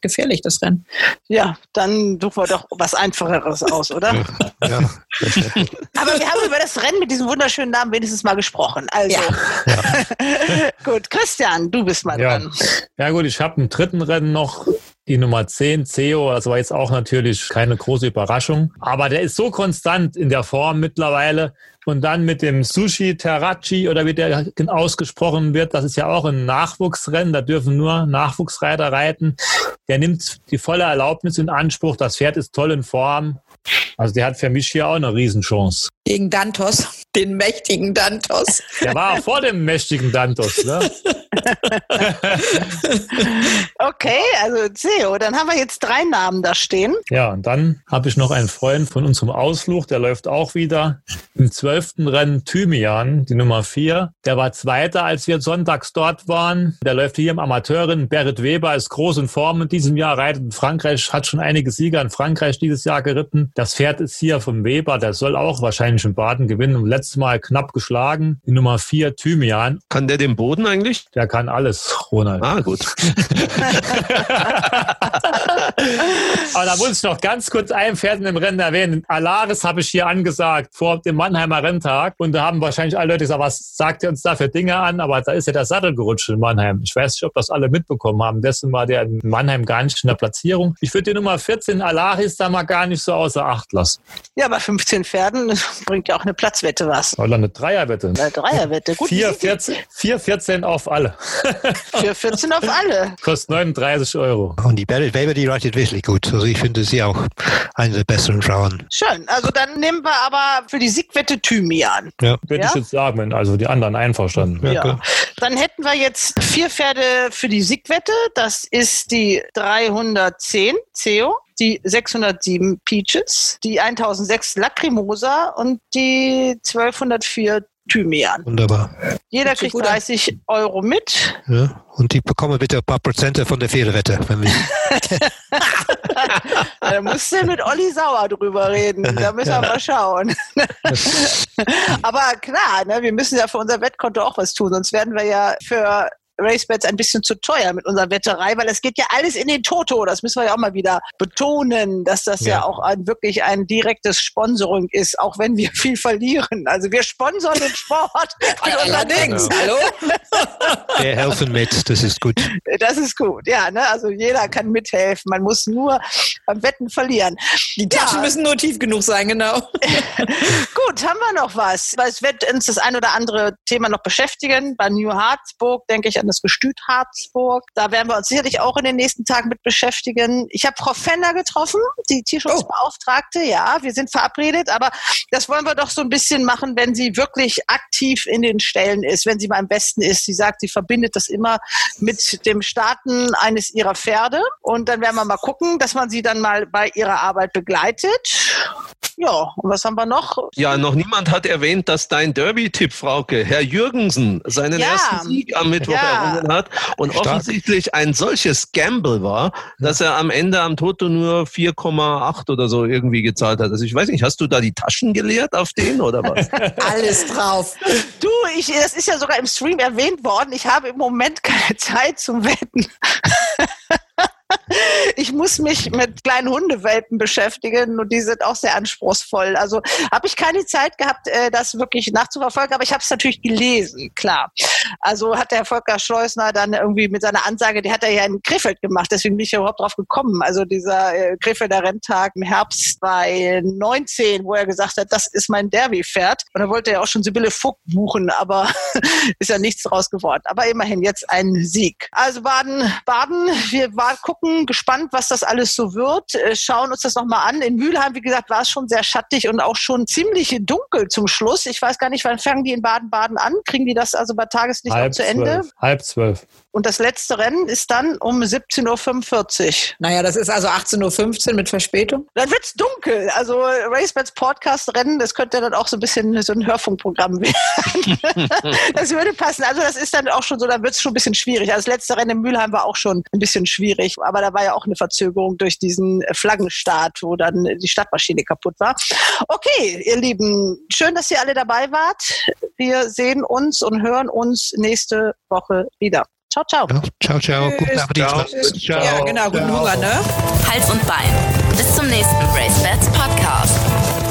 gefährlich, das Rennen. Ja, dann suchen wir doch was Einfacheres aus, oder? Ja. Aber wir haben über das Rennen mit diesem wunderschönen Namen wenigstens mal gesprochen. Also, ja. Gut, Christian, du bist mal ja. dran. Ja gut, ich habe einen dritten Rennen noch. Die Nummer zehn, C E O, das war jetzt auch natürlich keine große Überraschung. Aber der ist so konstant in der Form mittlerweile. Und dann mit dem Sushi Terraci oder wie der ausgesprochen wird, das ist ja auch ein Nachwuchsrennen. Da dürfen nur Nachwuchsreiter reiten. Der nimmt die volle Erlaubnis in Anspruch. Das Pferd ist toll in Form. Also der hat für mich hier auch eine Riesenchance. Gegen Dantos, den mächtigen Dantos. Der war auch vor dem mächtigen Dantos, ne? Okay, also C E O, dann haben wir jetzt drei Namen da stehen. Ja, und dann habe ich noch einen Freund von unserem Ausflug, der läuft auch wieder im zwölften Rennen Thymian, die Nummer vier. Der war Zweiter, als wir sonntags dort waren. Der läuft hier im Amateurrennen. Berit Weber ist groß in Form in diesem Jahr, reitet in Frankreich, hat schon einige Sieger in Frankreich dieses Jahr geritten. Das Pferd ist hier vom Weber, der soll auch wahrscheinlich in Baden gewinnen. Und letztes Mal knapp geschlagen, die Nummer vier Thymian. Kann der den Boden eigentlich? Der kann alles, Ronald. Ah, gut. Aber da muss ich noch ganz kurz ein Pferd in dem Rennen erwähnen. Alaris habe ich hier angesagt vor dem Mannheimer Renntag. Und da haben wahrscheinlich alle Leute gesagt, was sagt ihr uns da für Dinge an? Aber da ist ja der Sattel gerutscht in Mannheim. Ich weiß nicht, ob das alle mitbekommen haben. Dessen war der in Mannheim gar nicht in der Platzierung. Ich würde die Nummer vierzehn Alaris da mal gar nicht so außer Acht lassen. Ja, bei fünfzehn Pferden bringt ja auch eine Platzwette was. Oder eine Dreierwette. Eine Dreierwette, gut. vier vierzehn auf alle. vier vierzehn auf alle. Kostet neununddreißig Euro. Und die Berit Weber, die reitet wirklich gut. Also ich finde sie auch eine der besseren Frauen. Schön. Also dann nehmen wir aber für die Siegwette Thymian. Ja. Würde ja? ich jetzt sagen, also die anderen einverstanden. Ja. ja. Dann hätten wir jetzt vier Pferde für die Siegwette. Das ist die dreihundertzehn C E O, die sechshundertsieben Peaches, die tausendsechs Lacrimosa und die zwölfhundertvier Thymian. Wunderbar. Jeder kriegt dreißig Euro mit. Ja, und die bekommen bitte ein paar Prozente von der Pferdewette. Wenn wir da musst du mit Olli Sauer drüber reden. Da müssen wir mal schauen. Aber klar, ne, wir müssen ja für unser Wettkonto auch was tun. Sonst werden wir ja für RaceBets ein bisschen zu teuer mit unserer Wetterei, weil es geht ja alles in den Toto. Das müssen wir ja auch mal wieder betonen, dass das ja, ja auch ein, wirklich ein direktes Sponsoring ist, auch wenn wir viel verlieren. Also wir sponsern den Sport mit unseren Dings. Hallo? Wir helfen mit, das ist gut. Das ist gut, ja. Ne? Also jeder kann mithelfen. Man muss nur beim Wetten verlieren. Die Taschen ja. müssen nur tief genug sein, genau. Gut, haben wir noch was? Weil es wird uns das ein oder andere Thema noch beschäftigen. Bei New Harzburg denke ich an das Gestüt Harzburg. Da werden wir uns sicherlich auch in den nächsten Tagen mit beschäftigen. Ich habe Frau Fender getroffen, die Tierschutzbeauftragte. Oh. Ja, wir sind verabredet, aber das wollen wir doch so ein bisschen machen, wenn sie wirklich aktiv in den Ställen ist, wenn sie mal am besten ist. Sie sagt, sie verbindet das immer mit dem Starten eines ihrer Pferde. Und dann werden wir mal gucken, dass man sie dann mal bei ihrer Arbeit begleitet. Ja, und was haben wir noch? Ja, noch niemand hat erwähnt, dass dein Derby-Tipp, Frauke, Herr Jürgensen, seinen ja. ersten Sieg am Mittwoch ja. errungen hat und Stark. offensichtlich ein solches Gamble war, dass er am Ende am Toto nur vier Komma acht oder so irgendwie gezahlt hat. Also ich weiß nicht, hast du da die Taschen geleert auf den oder was? Alles drauf. Du, ich, das ist ja sogar im Stream erwähnt worden. Ich habe im Moment keine Zeit zum Wetten. Ich muss mich mit kleinen Hundewelpen beschäftigen und die sind auch sehr anspruchsvoll. Also habe ich keine Zeit gehabt, das wirklich nachzuverfolgen, aber ich habe es natürlich gelesen, klar. Also hat der Volker Schleusner dann irgendwie mit seiner Ansage, die hat er ja in Krefeld gemacht, deswegen bin ich ja überhaupt drauf gekommen. Also dieser äh, Krefelder Renntag im Herbst zweitausendneunzehn, wo er gesagt hat, das ist mein Derby-Pferd. Und da wollte er auch schon Sibylle Vogt buchen, aber ist ja nichts draus geworden. Aber immerhin jetzt ein Sieg. Also Baden, Baden, wir waren gucken, gespannt, was das alles so wird. Äh, schauen uns das nochmal an. In Mülheim, wie gesagt, war es schon sehr schattig und auch schon ziemlich dunkel zum Schluss. Ich weiß gar nicht, wann fangen die in Baden-Baden an? Kriegen die das also bei Tageslicht Halb noch zu Ende? Zwölf. Halb zwölf. Und das letzte Rennen ist dann um siebzehn Uhr fünfundvierzig. Naja, das ist also achtzehn Uhr fünfzehn mit Verspätung. Dann wird's dunkel. Also RaceBets Podcast-Rennen, das könnte dann auch so ein bisschen so ein Hörfunkprogramm werden. Das würde passen. Also das ist dann auch schon so, dann wird's schon ein bisschen schwierig. Also das letzte Rennen in Mülheim war auch schon ein bisschen schwierig. Aber da war ja auch eine Verzögerung durch diesen Flaggenstart, wo dann die Startmaschine kaputt war. Okay, ihr Lieben, schön, dass ihr alle dabei wart. Wir sehen uns und hören uns nächste Woche wieder. Ciao. Ciao, ciao. Ja, ciao, ciao. Tschüss. Guten Appetit. Ciao. Ciao. Ja, genau, guten Hunger, ne? Hals und Bein. Bis zum nächsten Race Bats Podcast.